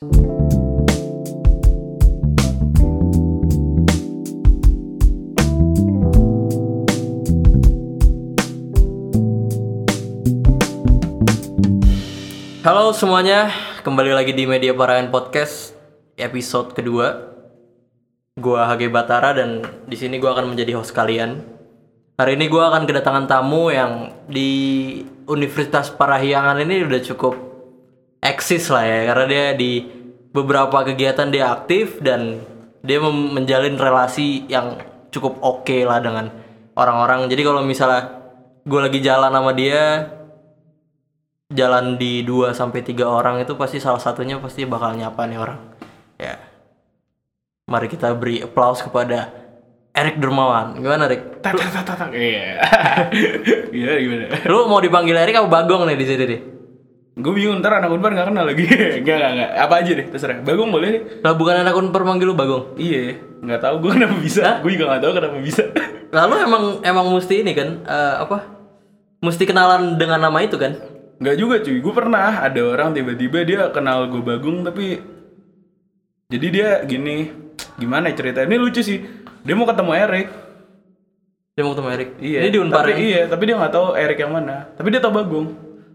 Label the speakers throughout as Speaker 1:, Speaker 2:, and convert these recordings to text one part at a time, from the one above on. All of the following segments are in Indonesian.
Speaker 1: Halo semuanya, kembali lagi di Media Parayan Podcast episode kedua. Gua HG Batara dan di sini gua akan menjadi host kalian. Hari ini gua akan kedatangan tamu yang di Universitas Parahyangan ini udah cukup eksis lah ya, karena dia di beberapa kegiatan dia aktif dan dia menjalin relasi yang cukup oke lah dengan orang-orang. Jadi kalau misalnya gua lagi jalan sama dia, jalan di 2-3 orang itu pasti salah satunya pasti bakal nyapa nih orang. Ya. Mari kita beri applause kepada Erik Dermawan. Gimana, Erik?
Speaker 2: Iya. Iya gimana?
Speaker 1: Lu mau dipanggil Erik apa Bagong nih di sini nih?
Speaker 2: Gue bingung, ntar anak Unpar gak kenal lagi. Enggak. Apa aja deh, terserah. Bagong boleh nih.
Speaker 1: Lah bukan anak Unpar manggil lu Bagong?
Speaker 2: Iya, gak tahu gue kenapa bisa. Gue juga gak tahu kenapa bisa.
Speaker 1: Lalu emang mesti ini kan mesti kenalan dengan nama itu kan?
Speaker 2: Enggak juga cuy, gue pernah ada orang tiba-tiba dia kenal gue Bagong tapi jadi dia gini, gimana ceritanya, ini lucu sih. Dia mau ketemu Erik.
Speaker 1: Dia mau ketemu Erik?
Speaker 2: Iya.
Speaker 1: Ini di Unpar
Speaker 2: tapi, iya, tapi dia gak tahu Erik yang mana. Tapi dia tahu Bagong.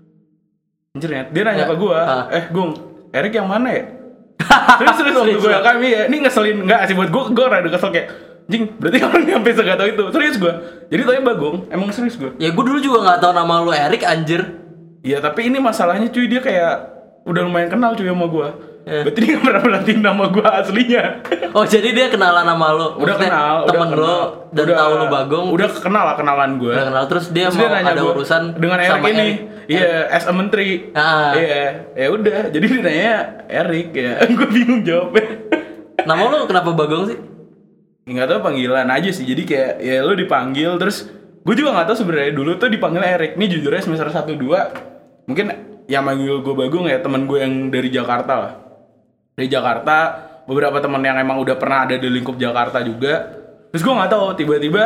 Speaker 2: Anjir ya, dia nanya ke gue, Gung, Erik yang mana ya? Serius waktu gue kami ya, ini ngeselin, enggak sih buat gue rada kesel kayak Jing, berarti orang nyampe segak tau itu. Serius gue, jadi taunya Bagong, emang serius gue.
Speaker 1: Ya gue dulu juga gak tahu nama lu Erik anjir.
Speaker 2: Iya tapi ini masalahnya cuy, dia kayak udah lumayan kenal cuy sama gue. Berarti dia gak pernah berartiin nama gue aslinya.
Speaker 1: Oh jadi dia kenalan sama lu?
Speaker 2: Udah kenal,
Speaker 1: temen lu dan tahu lu Bagong.
Speaker 2: Udah kenal lah, kenalan gue.
Speaker 1: Udah kenal, terus dia mau
Speaker 2: nanya
Speaker 1: ada
Speaker 2: gua,
Speaker 1: urusan
Speaker 2: dengan Erik
Speaker 1: sama
Speaker 2: ini.
Speaker 1: Erik.
Speaker 2: Iya, as a menteri. Iya, ya udah. Jadi dia nanya Erik ya. Gue bingung jawabnya.
Speaker 1: Nama lu kenapa Bagong sih?
Speaker 2: Nggak tahu, panggilan aja sih. Jadi kayak ya lu dipanggil, terus gue juga nggak tahu sebenarnya dulu tuh dipanggil Erik. Nih jujur aja semester 1-2 mungkin yang manggil gue Bagong ya teman gue yang dari Jakarta lah. Dari Jakarta, beberapa teman yang emang udah pernah ada di lingkup Jakarta juga. Terus gue nggak tahu, tiba-tiba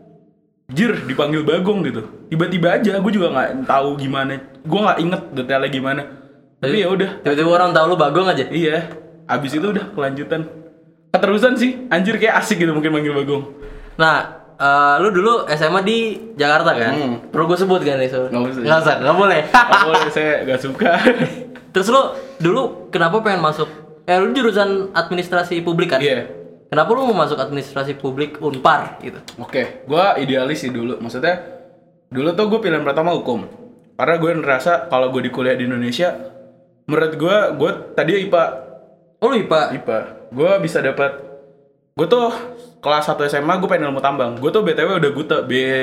Speaker 2: dipanggil Bagong gitu. Tiba-tiba aja, gue juga nggak tahu gimana. Gue nggak inget detailnya gimana. Tapi ya udah.
Speaker 1: Tiba-tiba orang tahu lu Bagong aja.
Speaker 2: Iya. Abis itu udah kelanjutan. Keterusan sih, anjir kayak asik gitu mungkin manggil Bagong.
Speaker 1: Nah, lu dulu SMA di Jakarta kan? Perlu gue sebut kan itu? Nggak usah, nggak boleh.
Speaker 2: Nggak boleh, saya nggak suka.
Speaker 1: Terus lu dulu kenapa pengen masuk? Lu jurusan administrasi publik kan?
Speaker 2: Iya.
Speaker 1: Kenapa lu mau masuk administrasi publik Unpar gitu?
Speaker 2: Oke, gue idealis sih dulu. Maksudnya, dulu tuh gue pilihan pertama hukum. Karena gue ngerasa kalau gue di kuliah di Indonesia, menurut gue tadi IPA.
Speaker 1: Oh lu IPA?
Speaker 2: IPA. Gue bisa dapat. Gue tuh kelas 1 SMA gue pengen ilmu tambang. Gue tuh BTW udah gute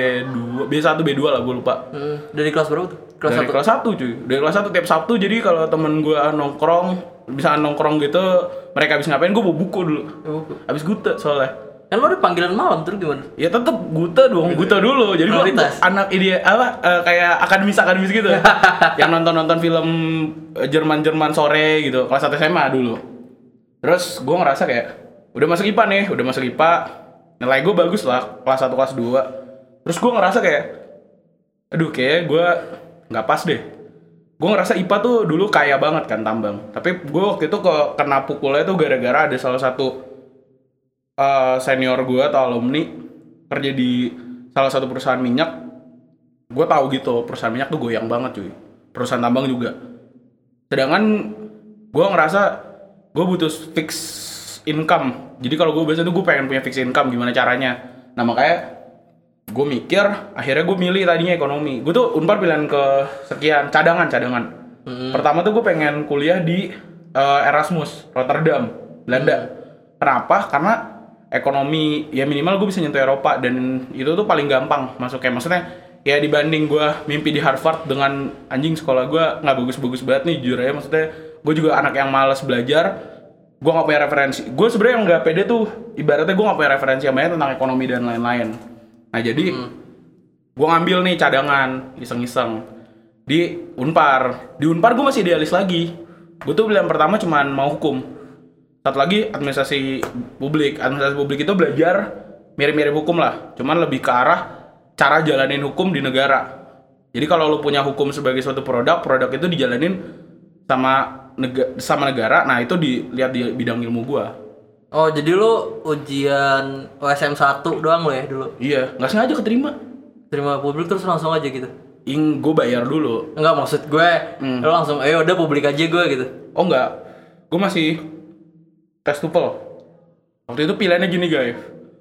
Speaker 2: B1 B2 lah, gue lupa.
Speaker 1: Dari kelas berapa tuh?
Speaker 2: Dari kelas 1 cuy. Dari kelas 1 tiap Sabtu, jadi kalau temen gue bisa nongkrong gitu, mereka habis ngapain, gue bawa buku dulu. Habis gute soalnya.
Speaker 1: Kan lo ada panggilan malam terus gimana?
Speaker 2: Ya tetep gute dong, gute dulu. Jadi gue anak ide kayak akademis gitu. Yang nonton film Jerman sore gitu, kelas 1 SMA dulu. Terus gue ngerasa kayak udah masuk IPA. Nilai gue bagus lah, kelas 1 kelas 2. Terus gue ngerasa kayak aduh kayak gue nggak pas deh. Gue ngerasa IPA tuh dulu kaya banget kan tambang. Tapi gue waktu itu kena pukulnya tuh gara-gara ada salah satu senior gue atau alumni kerja di salah satu perusahaan minyak. Gue tahu gitu perusahaan minyak tuh goyang banget cuy. Perusahaan tambang juga. Sedangkan gue ngerasa gue butuh fix income. Jadi kalau gue biasanya tuh gue pengen punya fix income, gimana caranya. Nah makanya gue mikir, akhirnya gue milih tadinya ekonomi. Gue tuh Unpar pilihan ke sekian, cadangan. Pertama tuh gue pengen kuliah di Erasmus, Rotterdam, Belanda. Kenapa? Karena ekonomi, ya minimal gue bisa nyentuh Eropa. Dan itu tuh paling gampang masuknya. Maksudnya, ya dibanding gue mimpi di Harvard dengan anjing sekolah gue gak bagus-bagus banget nih, jujur aja. Maksudnya, gue juga anak yang malas belajar. Gue gak punya referensi. Gue sebenarnya yang gak pede tuh, ibaratnya gue gak punya referensi yang banyak tentang ekonomi dan lain-lain. Nah jadi gue ngambil nih cadangan iseng-iseng di Unpar. Di Unpar gue masih idealis lagi. Gue tuh pilihan pertama cuman mau hukum. Satu lagi administrasi publik. Administrasi publik itu belajar mirip-mirip hukum lah. Cuman lebih ke arah cara jalanin hukum di negara. Jadi kalau lu punya hukum sebagai suatu produk itu dijalanin sama sama negara. Nah itu dilihat di bidang ilmu gue.
Speaker 1: Oh jadi lu ujian OSM 1 doang lo ya dulu?
Speaker 2: Iya, nggak sengaja keterima.
Speaker 1: Terima publik terus langsung aja gitu?
Speaker 2: Gue bayar dulu.
Speaker 1: Enggak, maksud gue lu langsung ayo udah publik aja gue gitu?
Speaker 2: Oh enggak, gue masih tes TOEFL. Waktu itu pilihannya gini guys.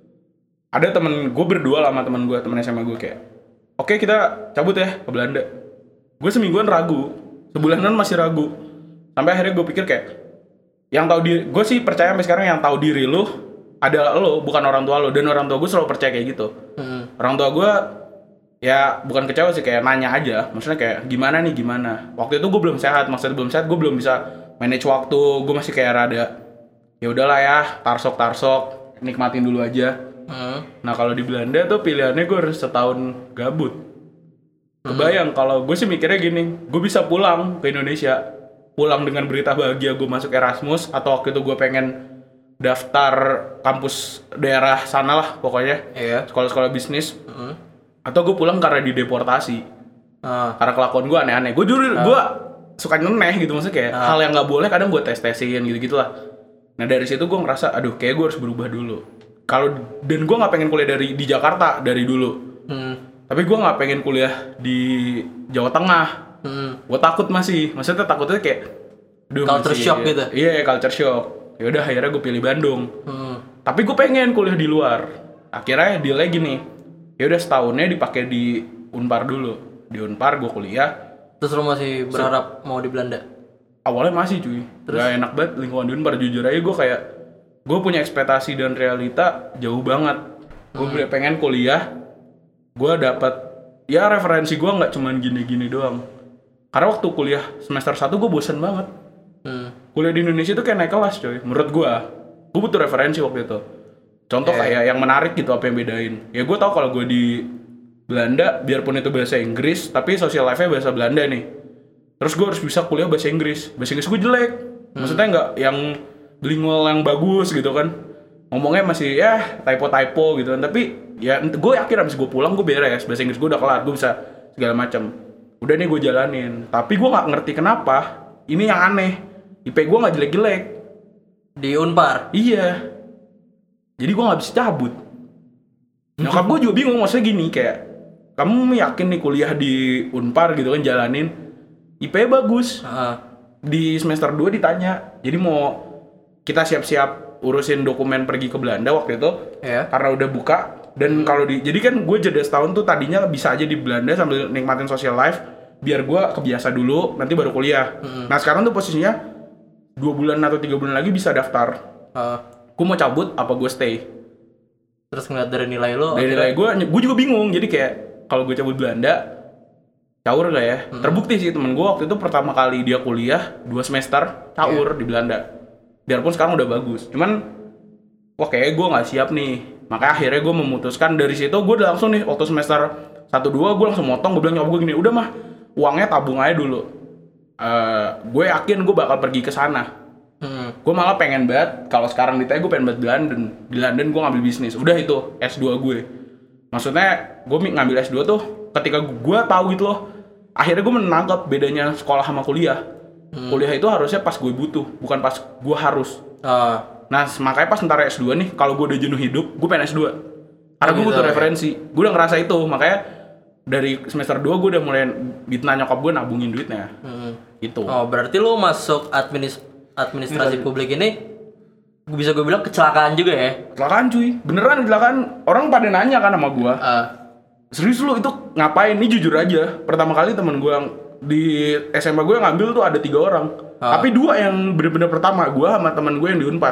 Speaker 2: Ada temen gue berdua sama temen SMA gue kayak, oke kita cabut ya ke Belanda. Gue semingguan ragu, sebulanan masih ragu. Sampai akhirnya gue pikir kayak, yang tahu diri, gue sih percaya sampai sekarang yang tahu diri lu adalah lo, bukan orang tua lo. Dan orang tua gue selalu percaya kayak gitu. Orang tua gue ya bukan kecewa sih, kayak nanya aja. Maksudnya kayak gimana nih gimana. Waktu itu gue belum sehat, maksudnya belum sehat, gue belum bisa manage waktu. Gue masih kayak rada, ya udahlah ya, tarsok, nikmatin dulu aja. Nah kalau di Belanda tuh pilihannya gue harus setahun gabut. Kebayang kalau gue sih mikirnya gini, gue bisa pulang ke Indonesia, pulang dengan berita bahagia gue masuk Erasmus, atau waktu itu gue pengen daftar kampus daerah sana lah pokoknya, sekolah-sekolah bisnis, atau gue pulang karena dideportasi, karena kelakuan gue aneh-aneh. Gue gue suka nyeneh gitu, maksudnya kayak hal yang nggak boleh kadang gue tes-tesin gitu-gitulah. Nah dari situ gue ngerasa, aduh kayak gue harus berubah dulu. Dan gue nggak pengen kuliah di Jakarta dari dulu, tapi gue nggak pengen kuliah di Jawa Tengah. Gue takut maksudnya takutnya kayak
Speaker 1: culture shock gitu.
Speaker 2: Iya, culture shock. Ya udah akhirnya gue pilih Bandung. Tapi gue pengen kuliah di luar. Akhirnya deal-nya gini. Ya udah setahunnya dipakai di Unpar dulu. Di Unpar gue kuliah.
Speaker 1: Terus lu masih berharap mau di Belanda?
Speaker 2: Awalnya masih cuy. Gak enak banget lingkungan di Unpar, jujur aja gue kayak, gue punya ekspektasi dan realita jauh banget. Gue pengen kuliah, gue dapat ya referensi gue nggak cuman gini-gini doang. Karena waktu kuliah semester 1 gue bosan banget. Kuliah di Indonesia tuh kayak naik kelas coy. Menurut gue butuh referensi waktu itu. Contoh kayak yang menarik gitu, apa yang bedain. Ya gue tahu kalau gue di Belanda, biarpun itu bahasa Inggris, tapi social life-nya bahasa Belanda nih. Terus gue harus bisa kuliah bahasa Inggris. Bahasa Inggris gue jelek. Maksudnya nggak yang bilingual yang bagus gitu kan. Ngomongnya masih ya typo gitu kan. Tapi ya gue yakin abis gue pulang gue beres. Bahasa Inggris gue udah kelar, gue bisa segala macam. Udah nih gue jalanin. Tapi gue nggak ngerti kenapa. Ini yang aneh. IP gue nggak jelek-jelek.
Speaker 1: Di Unpar?
Speaker 2: Iya. Jadi gue nggak bisa cabut. Nyokap gue juga bingung, maksudnya gini kayak, kamu yakin nih kuliah di Unpar gitu kan jalanin, IP bagus. Di semester 2 ditanya, jadi mau kita siap-siap urusin dokumen pergi ke Belanda waktu itu, karena udah buka. Dan kalau jadi kan gue jeda setahun tuh tadinya bisa aja di Belanda sambil nikmatin social life, biar gue kebiasa dulu, nanti baru kuliah. Nah sekarang tuh posisinya 2 bulan atau 3 bulan lagi bisa daftar. Gue mau cabut apa gue stay?
Speaker 1: Terus ngeliat dari nilai lo?
Speaker 2: Dari nilai gue juga bingung. Jadi kayak kalau gue cabut Belanda, caur gak ya? Terbukti sih temen gue waktu itu pertama kali dia kuliah 2 semester caur di Belanda. Biarpun sekarang udah bagus. Cuman wah kayaknya gue gak siap nih. Makanya akhirnya gue memutuskan dari situ gue udah langsung nih waktu semester 1-2 gue langsung motong. Gue bilang nyokap gue gini, udah mah uangnya tabung aja dulu. Gue yakin gue bakal pergi ke sana. Gue malah pengen banget, kalau sekarang ditanya gue pengen banget di London gue ngambil bisnis. Udah itu S2 gue. Maksudnya gue ngambil S2 tuh ketika gue tahu gitu loh. Akhirnya gue menangkap bedanya sekolah sama kuliah. Kuliah itu harusnya pas gue butuh, bukan pas gue harus. Nah makanya pas ntar S2 nih, kalau gue udah jenuh hidup, gue pengen S2. Karena gue butuh referensi. Gue udah ngerasa itu, makanya dari semester 2 gue udah mulai ditanya nyokap gue nabungin duitnya. Gitu.
Speaker 1: Oh berarti lo masuk administrasi publik ini bisa gue bilang kecelakaan juga ya?
Speaker 2: Kecelakaan cuy, beneran kecelakaan. Orang pada nanya kan sama gue, serius lu itu ngapain? Ini jujur aja, pertama kali temen gue di SMA gue yang ngambil tuh ada 3 orang, tapi 2 yang bener-bener pertama, gue sama temen gue yang di Unpad.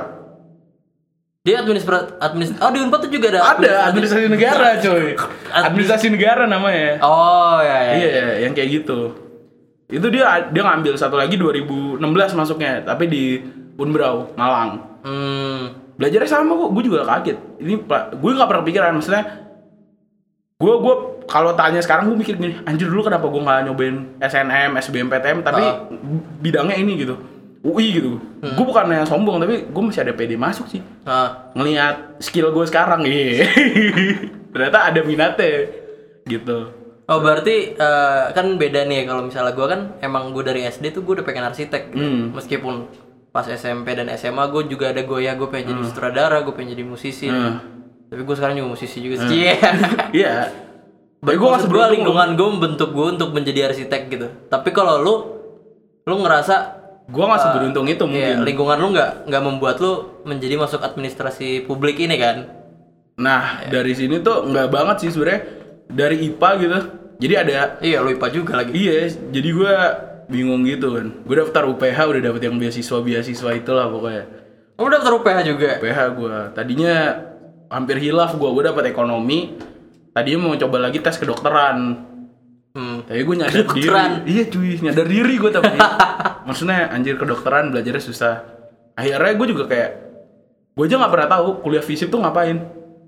Speaker 1: Dia di Unpad tuh juga
Speaker 2: ada administrasi negara cuy. Administrasi negara namanya.
Speaker 1: Oh ya.
Speaker 2: Iya, yang kayak gitu. Itu dia ngambil satu lagi 2016 masuknya, tapi di Unbrau, Malang. Belajarnya sama kok, gue juga kaget. Ini gue nggak pernah pikiran, maksudnya gue kalau tanya sekarang gue mikir gini, anjir dulu kenapa gue nggak nyobain SNM, SBMPTN, tapi bidangnya ini gitu, UI gitu. Gue bukannya sombong, tapi gue masih ada PD masuk sih. Ngelihat skill gue sekarang, ternyata ada minatnya gitu.
Speaker 1: Oh berarti kan beda nih kalau misalnya gue kan emang gue dari SD tuh gue udah pengen arsitek gitu. Meskipun pas SMP dan SMA gue juga ada goyah, gue pengen jadi sutradara, gue pengen jadi musisi. Tapi gue sekarang juga musisi juga sih.
Speaker 2: Iya.
Speaker 1: Maksud gue lingkungan gue membentuk gue untuk menjadi arsitek gitu. Tapi kalau lu ngerasa
Speaker 2: gue nggak seberuntung itu mungkin.
Speaker 1: Iya, lingkungan lu nggak membuat lu menjadi masuk administrasi publik ini kan?
Speaker 2: Nah dari sini tuh nggak banget sih sebenarnya, dari IPA gitu. Jadi ada.
Speaker 1: Iya lu IPA juga lagi.
Speaker 2: Iya. Jadi gue bingung gitu kan. Gue daftar UPH udah dapet yang beasiswa itulah pokoknya.
Speaker 1: Lu daftar UPH juga?
Speaker 2: UPH gue. Tadinya hampir hilaf gue dapet ekonomi. Tadinya mau coba lagi tes kedokteran. Tapi gue nyadar diri. Iya cuy, nyadar diri gue tapi. Maksudnya anjir kedokteran belajarnya susah. Akhirnya gue juga kayak, gue aja nggak pernah tahu kuliah FISIP tuh ngapain.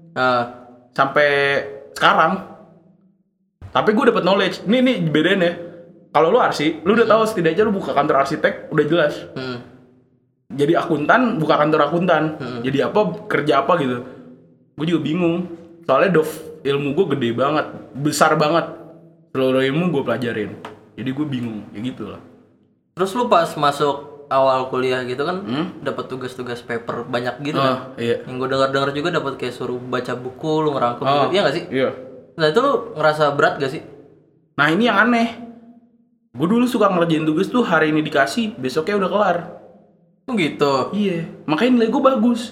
Speaker 2: Sampai sekarang. Tapi gue dapet knowledge. Nih bedain ya. Kalau lu arsi, lu udah tahu setidaknya lu buka kantor arsitek udah jelas. Jadi akuntan, buka kantor akuntan. Jadi apa, kerja apa gitu. Gue juga bingung. Soalnya ilmu gue gede banget, besar banget. Seluruh ilmu gue pelajarin. Jadi gue bingung, ya gitu lah.
Speaker 1: Terus lu pas masuk awal kuliah gitu kan, dapat tugas-tugas paper banyak gitu kan?
Speaker 2: Iya.
Speaker 1: Yang gue dengar juga dapat kayak suruh baca buku, lu ngerangkum gitu, iya nggak sih?
Speaker 2: Iya.
Speaker 1: Nah itu lu ngerasa berat gak sih?
Speaker 2: Nah ini yang aneh. Gue dulu suka ngerjain tugas tuh hari ini dikasih, besoknya udah kelar.
Speaker 1: Oh gitu?
Speaker 2: Iya. Makanya nilai gue bagus.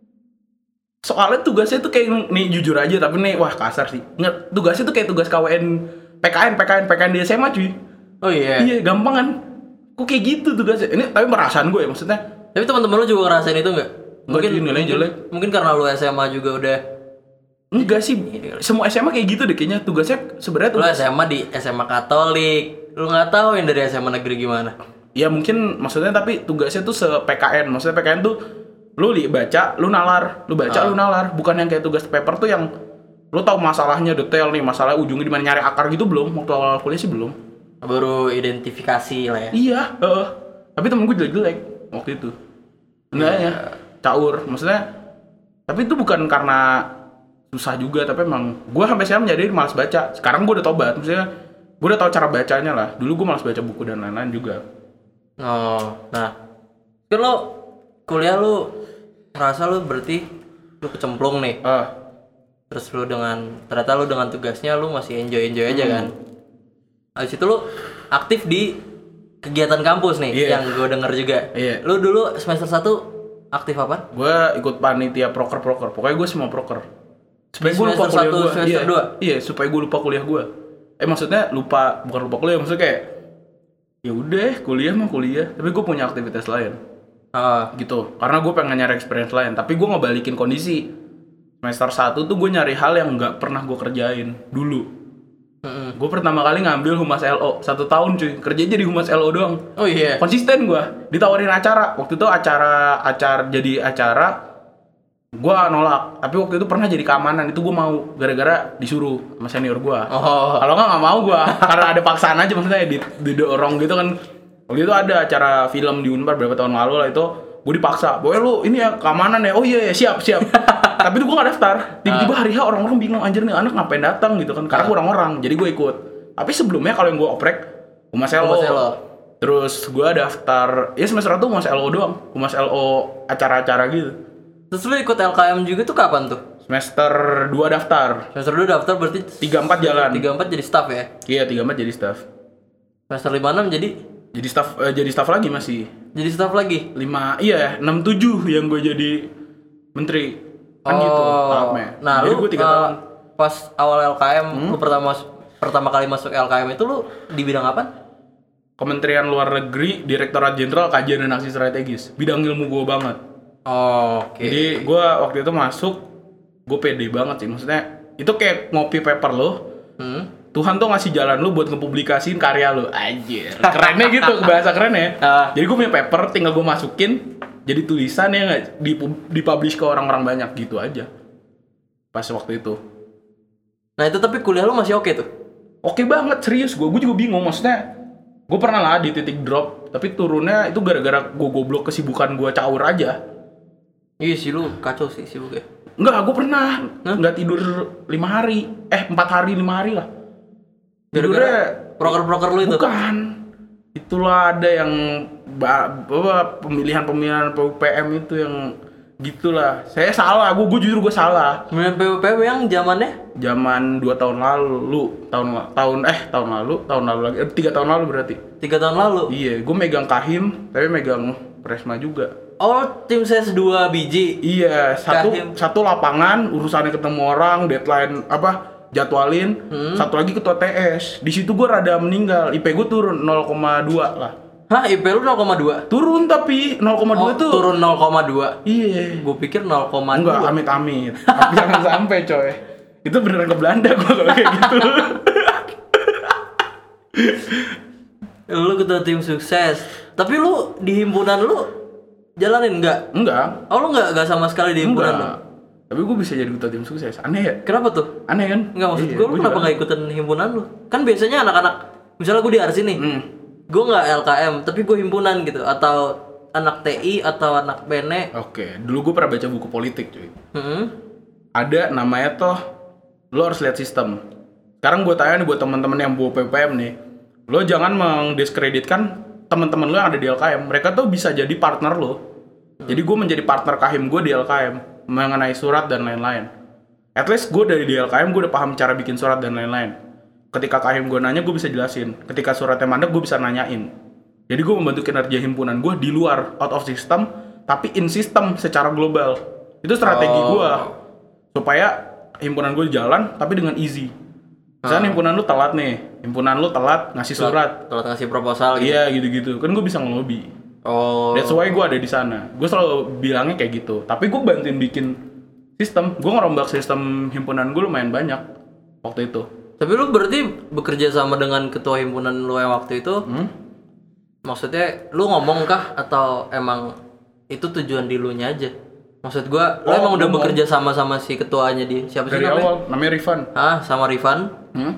Speaker 2: Soalnya tugasnya tuh kayak, nih jujur aja tapi nih, wah kasar sih. Tugasnya tuh kayak tugas KWN, PKN di SMA cuy.
Speaker 1: Oh iya?
Speaker 2: Iya, gampang kan? Kok kayak gitu tugasnya? Ini tapi perasaan gue ya maksudnya.
Speaker 1: Tapi teman-teman lu juga ngerasain itu nggak?
Speaker 2: Mungkin nilainya jelek.
Speaker 1: Mungkin karena lu SMA juga udah.
Speaker 2: Enggak sih, semua SMA kayak gitu deh kayaknya tugasnya sebenarnya tuh.
Speaker 1: Lu SMA di SMA Katolik, lu nggak tahu yang dari SMA negeri gimana?
Speaker 2: Ya mungkin maksudnya tapi tugasnya tuh se-PKN, maksudnya PKN tuh lu baca, lu nalar, lu nalar, bukan yang kayak tugas paper tuh yang lu tahu masalahnya detail nih, masalah ujungnya di mana nyari akar gitu belum, waktu awal kuliah sih belum.
Speaker 1: Baru identifikasi lah ya.
Speaker 2: Iya, tapi temen gue jelek-jelek waktu itu. Enggaknya, caur, maksudnya. Tapi itu bukan karena susah juga, tapi emang gue sampai sekarang menjadi malas baca. Sekarang gue udah tobat, maksudnya gue udah tahu cara bacanya lah. Dulu gue malas baca buku dan lain-lain juga.
Speaker 1: Oh, nah, kan lo kuliah lu ngerasa lu berarti lu kecemplung nih. Terus lu ternyata lu dengan tugasnya lu masih enjoy aja kan. Habis itu lu aktif di kegiatan kampus nih yang gue denger juga. Lu dulu semester 1 aktif apa?
Speaker 2: Gue ikut panitia proker. Pokoknya gue semua proker. Supaya gue lupa
Speaker 1: kuliah
Speaker 2: gue.
Speaker 1: Semester 2?
Speaker 2: Iya, supaya gue lupa kuliah gue. Maksudnya bukan lupa kuliah, maksudnya kayak ya udah kuliah mah kuliah, tapi gue punya aktivitas lain. Gitu. Karena gue pengen nyari experience lain, tapi gue ngebalikin kondisi. Semester 1 tuh gue nyari hal yang nggak pernah gue kerjain dulu. Gue pertama kali ngambil humas LO 1 tahun cuy, kerja jadi humas LO doang.
Speaker 1: Oh iya.
Speaker 2: Konsisten gue, ditawarin acara. Waktu itu acara gue nolak. Tapi waktu itu pernah jadi keamanan, itu gue mau gara-gara disuruh sama senior gue. Kalau nggak mau gue, karena ada paksaan aja maksudnya didorong gitu kan. Waktu itu ada acara film di Unpar berapa tahun lalu lah itu. Gue dipaksa, boy lu ini ya keamanan ya, oh iya siap. Tapi itu gue gak daftar. Tiba-tiba hari H orang-orang bingung, anjir nih anak ngapain datang gitu kan, karena kurang orang, jadi gue ikut. Tapi sebelumnya kalau yang gue oprek humas LO. Terus gue daftar, ya semester 1 humas LO doang, humas LO acara-acara gitu.
Speaker 1: Terus lu ikut LKM juga tuh kapan tuh?
Speaker 2: Semester 2 daftar.
Speaker 1: Semester 2 daftar berarti
Speaker 2: 3-4 jalan.
Speaker 1: 3-4 jadi staff ya?
Speaker 2: Iya 3-4 jadi staff.
Speaker 1: Semester 5-6
Speaker 2: jadi staff lagi masih.
Speaker 1: Jadi staff lagi?
Speaker 2: 6-7 yang gue jadi menteri. Kan gitu tahapnya.
Speaker 1: Nah jadi lu pas awal LKM lu pertama kali masuk LKM itu lu di bidang apa?
Speaker 2: Kementerian Luar Negeri, Direktorat Jenderal Kajian dan Aksi Strategis. Bidang ilmu gue banget.
Speaker 1: Oke.
Speaker 2: Jadi gue waktu itu masuk, gue pede banget sih. Maksudnya itu kayak ngopi paper lo. Tuhan tuh ngasih jalan lu buat ngepublikasiin karya lu. Anjir. Kerennya gitu, bahasa kerennya. Jadi gue punya paper, tinggal gue masukin jadi tulisan ya nggak dipublish ke orang-orang banyak gitu aja. Pas waktu itu.
Speaker 1: Nah itu tapi kuliah lu masih oke tuh?
Speaker 2: Oke banget, serius. Gue juga bingung, maksudnya gue pernah lah di titik drop, tapi turunnya itu gara-gara gue goblok kesibukan gue caur aja.
Speaker 1: Iya sih lu kacau sih sibuknya.
Speaker 2: Enggak, gue pernah nggak tidur 5 hari. 4 hari 5 hari lah.
Speaker 1: Gara-gara proker-proker lu itu?
Speaker 2: Bukan. Itulah ada yang pemilihan PUPM itu yang gitulah. Saya salah, gue jujur gue salah.
Speaker 1: Pemilihan PUPM yang zamannya?
Speaker 2: Zaman 2 tahun lalu, tahun lalu lagi, 3 tahun lalu berarti.
Speaker 1: 3 tahun lalu?
Speaker 2: Iya, gue megang Kahim, tapi megang Presma juga.
Speaker 1: Oh, tim ses 2 biji?
Speaker 2: Iya, satu lapangan, urusannya ketemu orang, deadline jadwalin, satu lagi ketua TS. Di situ gue rada meninggal, IP gue turun 0,2 lah.
Speaker 1: Hah, IP lu 0,2?
Speaker 2: Turun tapi 0,2 tuh.
Speaker 1: Turun 0,2.
Speaker 2: Iya.
Speaker 1: Gue pikir 0,2.
Speaker 2: Enggak, amit-amit. Tapi jangan sampai, coy. Itu beneran ke Belanda gue kalau kayak gitu.
Speaker 1: Lu ketua tim sukses. Tapi lu di himpunan lu jalanin enggak?
Speaker 2: Enggak.
Speaker 1: Oh, lu enggak sama sekali di himpunan lu?
Speaker 2: Tapi gue bisa jadi ketua tim sukses. Aneh ya?
Speaker 1: Kenapa tuh?
Speaker 2: Aneh kan?
Speaker 1: Enggak, maksud gue lu kenapa enggak ikutan himpunan lu? Kan biasanya anak-anak, misalnya gue di Arsi nih, gue nggak LKM, tapi gue himpunan gitu. Atau anak TI, atau anak BNE.
Speaker 2: Oke, dulu gue pernah baca buku politik cuy. Ada namanya toh, lo harus lihat sistem. Sekarang gue tanya nih buat teman-teman yang bawa PPM nih, lo jangan mendiskreditkan teman-teman lo yang ada di LKM. Mereka tuh bisa jadi partner lo. Jadi gue menjadi partner Kahim gue di LKM mengenai surat dan lain-lain. At least gue dari di LKM gue udah paham cara bikin surat dan lain-lain. Ketika Kahim gue nanya gue bisa jelasin. Ketika suratnya mandek gue bisa nanyain. Jadi gue membantu kinerja himpunan gue di luar, out of system, tapi in system secara global. Itu strategi gue supaya himpunan gue jalan tapi dengan easy. Misalnya himpunan lu telat nih, himpunan lu telat ngasih surat,
Speaker 1: telat ngasih proposal gitu.
Speaker 2: Iya gitu-gitu. Kan gue bisa ngelobi.
Speaker 1: Oh.
Speaker 2: That's why gue ada di sana. Gue selalu bilangnya kayak gitu. Tapi gue bantuin bikin sistem. Gue ngerombak sistem himpunan gue lumayan banyak waktu itu.
Speaker 1: Tapi lu berarti bekerja sama dengan ketua himpunan lu yang waktu itu? Maksudnya lu ngomong kah atau emang itu tujuan di lu nya aja? Maksud gua, lu emang udah bekerja sama si ketuanya di siapa sih namanya?
Speaker 2: Dari awal, namanya Rifan.
Speaker 1: Sama Rifan?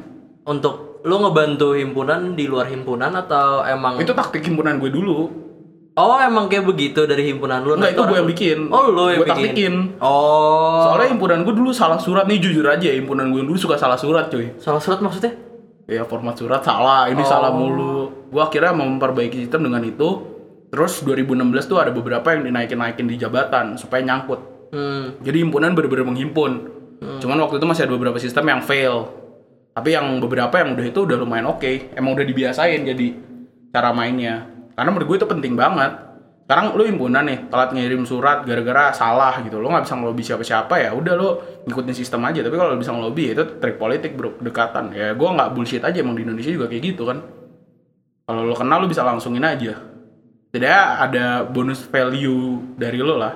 Speaker 1: Untuk lu ngebantu himpunan di luar himpunan atau emang?
Speaker 2: Itu taktik himpunan gue dulu.
Speaker 1: Oh, emang kayak begitu dari himpunan lu?
Speaker 2: Enggak, itu gue yang bikin.
Speaker 1: Oh, lu yang
Speaker 2: bikin? Gue taktikin.
Speaker 1: Oh.
Speaker 2: Soalnya himpunan gue dulu salah surat nih, jujur aja. Himpunan gue dulu suka salah surat, cuy.
Speaker 1: Salah surat maksudnya?
Speaker 2: Ya, format surat salah, ini salah mulu. Gue akhirnya mau memperbaiki sistem dengan itu. Terus 2016 tuh ada beberapa yang dinaikin di jabatan supaya nyangkut. Jadi himpunan bener-bener menghimpun. Cuman waktu itu masih ada beberapa sistem yang fail. Tapi yang beberapa yang udah itu udah lumayan oke. Emang udah dibiasain jadi cara mainnya. Karena menurut gue itu penting banget. Sekarang lu himpunan nih, telat ngirim surat gara-gara salah gitu. Lu nggak bisa ngelobi siapa-siapa, ya udah lu ngikutin sistem aja. Tapi kalau lu bisa ngelobi ya itu trik politik bro, dekatan. Ya gue nggak bullshit aja, emang di Indonesia juga kayak gitu kan. Kalau lu kenal lu bisa langsungin aja. Jadi ada bonus value dari lu lah.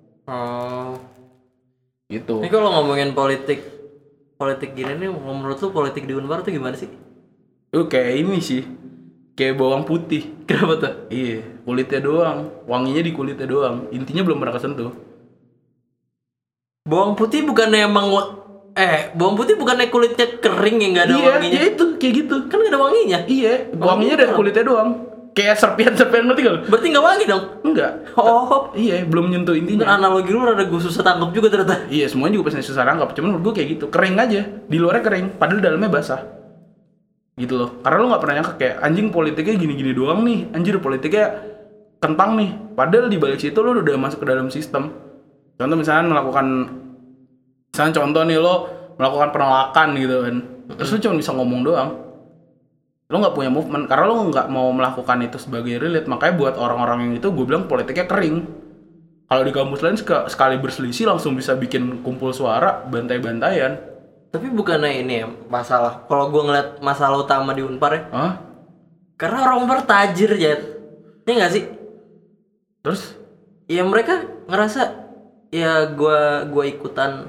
Speaker 1: Oh.
Speaker 2: Gitu.
Speaker 1: Ini kalau ngomongin politik gini nih, menurut lu politik di Unpar tuh gimana sih?
Speaker 2: Kayak ini sih. Kayak bawang putih.
Speaker 1: Kenapa tuh?
Speaker 2: Iya, kulitnya doang. Wanginya di kulitnya doang. Intinya belum pernah kesentuh.
Speaker 1: Bawang putih bukannya bawang putih bukannya kulitnya kering ya, nggak ada wanginya?
Speaker 2: Iya, itu kayak gitu.
Speaker 1: Kan nggak ada wanginya.
Speaker 2: Iya, wanginya dari kulitnya doang. Kayak serpian ngerti gak lu?
Speaker 1: Berarti nggak wangi dong?
Speaker 2: Enggak.
Speaker 1: Oh.
Speaker 2: Iya, belum nyentuh intinya.
Speaker 1: Analogi lu rada gue susah tangkap juga ternyata.
Speaker 2: Iya, semuanya juga pasti susah tangkap. Cuman menurut gue kayak gitu. Kering aja. Di luarnya kering, padahal dalamnya basah. Gitu loh. Karena lu nggak pernah nyangka kayak anjing politiknya gini-gini doang nih. Anjir politiknya kentang nih. Padahal di balik situ lu udah masuk ke dalam sistem. Contoh misalnya contoh nih lo melakukan penolakan gitu kan. Terus lu cuma bisa ngomong doang. Lo nggak punya movement karena lo nggak mau melakukan itu sebagai relate. Makanya buat orang-orang yang itu gue bilang politiknya kering. Kalau di kampus lain sekali berselisih langsung bisa bikin kumpul suara, bantai-bantaian.
Speaker 1: Tapi bukannya ini ya masalah. Kalau gue ngeliat masalah utama di Unpar ya.
Speaker 2: Hah? Karena
Speaker 1: orang Unpar tajir ya. Ini nggak sih?
Speaker 2: Terus?
Speaker 1: Ya mereka ngerasa ya gue ikutan,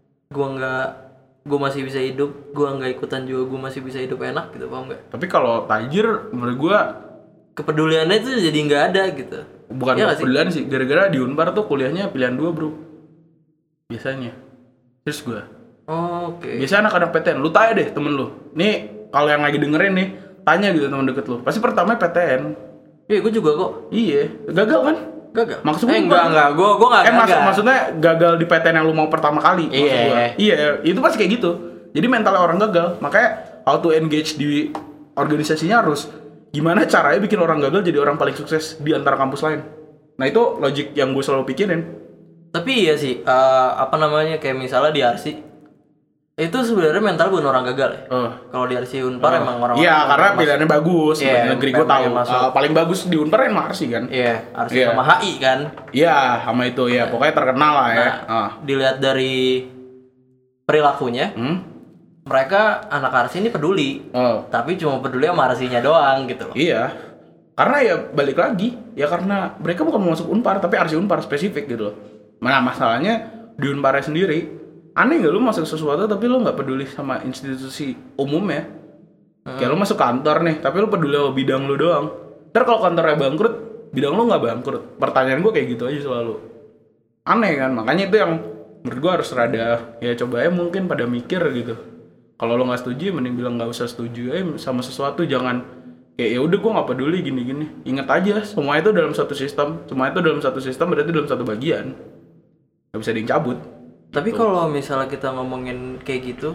Speaker 1: gue masih bisa hidup, gue nggak ikutan juga gue masih bisa hidup enak gitu, paham nggak?
Speaker 2: Tapi kalau tajir menurut gue
Speaker 1: kepeduliannya itu jadi nggak ada gitu.
Speaker 2: Bukan ya kepedulian sih, gara-gara di Unpar tuh kuliahnya pilihan 2 bro. Biasanya. Terus gue.
Speaker 1: Oh, oke.
Speaker 2: Biasanya anak-anak PTN, lu tanya deh temen lu. Nih kalau yang lagi dengerin nih, tanya gitu temen deket lu. Pasti pertama PTN.
Speaker 1: Iya, gue juga kok.
Speaker 2: Iya, gagal kan?
Speaker 1: Gagal.
Speaker 2: Maksudnya
Speaker 1: enggak. Gue enggak gagal.
Speaker 2: Maksudnya gagal di PTN yang lu mau pertama kali.
Speaker 1: Iya.
Speaker 2: Iya, itu pasti kayak gitu. Jadi mentalnya orang gagal. Makanya how to engage di organisasinya harus gimana caranya bikin orang gagal jadi orang paling sukses di antara kampus lain. Nah itu logik yang gue selalu pikirin.
Speaker 1: Tapi iya sih, kayak misalnya di RC itu sebenarnya mental bukan orang gagal ya. Kalau di RC Unpar emang orang.
Speaker 2: Iya, karena pilihannya bagus.
Speaker 1: Iya,
Speaker 2: negeri gue tahu. Paling bagus di Unpar emang RC kan.
Speaker 1: Iya, RC sama HI kan.
Speaker 2: Iya, sama itu ya. Pokoknya terkenal lah ya.
Speaker 1: Dilihat dari perilakunya, mereka anak RC ini peduli. Tapi cuma peduli sama RC-nya doang gitu loh.
Speaker 2: Iya. Karena ya balik lagi, ya karena mereka bukan mau masuk Unpar, tapi RC Unpar spesifik gitu loh. Nah, masalahnya di Unparnya sendiri, aneh gak lu masuk sesuatu tapi lu gak peduli sama institusi umum ya? Kayak lu masuk kantor nih, tapi lu peduli sama bidang lu doang. Ntar kalau kantornya bangkrut, bidang lu gak bangkrut. Pertanyaan gue kayak gitu aja selalu. Aneh kan, makanya itu yang menurut gue harus rada, ya coba ya mungkin pada mikir gitu. Kalau lu gak setuju, mending bilang gak usah setuju aja sama sesuatu, jangan kayak ya udah gue gak peduli gini-gini. Ingat aja, semua itu dalam satu sistem. Semua itu dalam satu sistem berarti dalam satu bagian. Gak bisa dicabut.
Speaker 1: Tapi kalau misalnya kita ngomongin kayak gitu,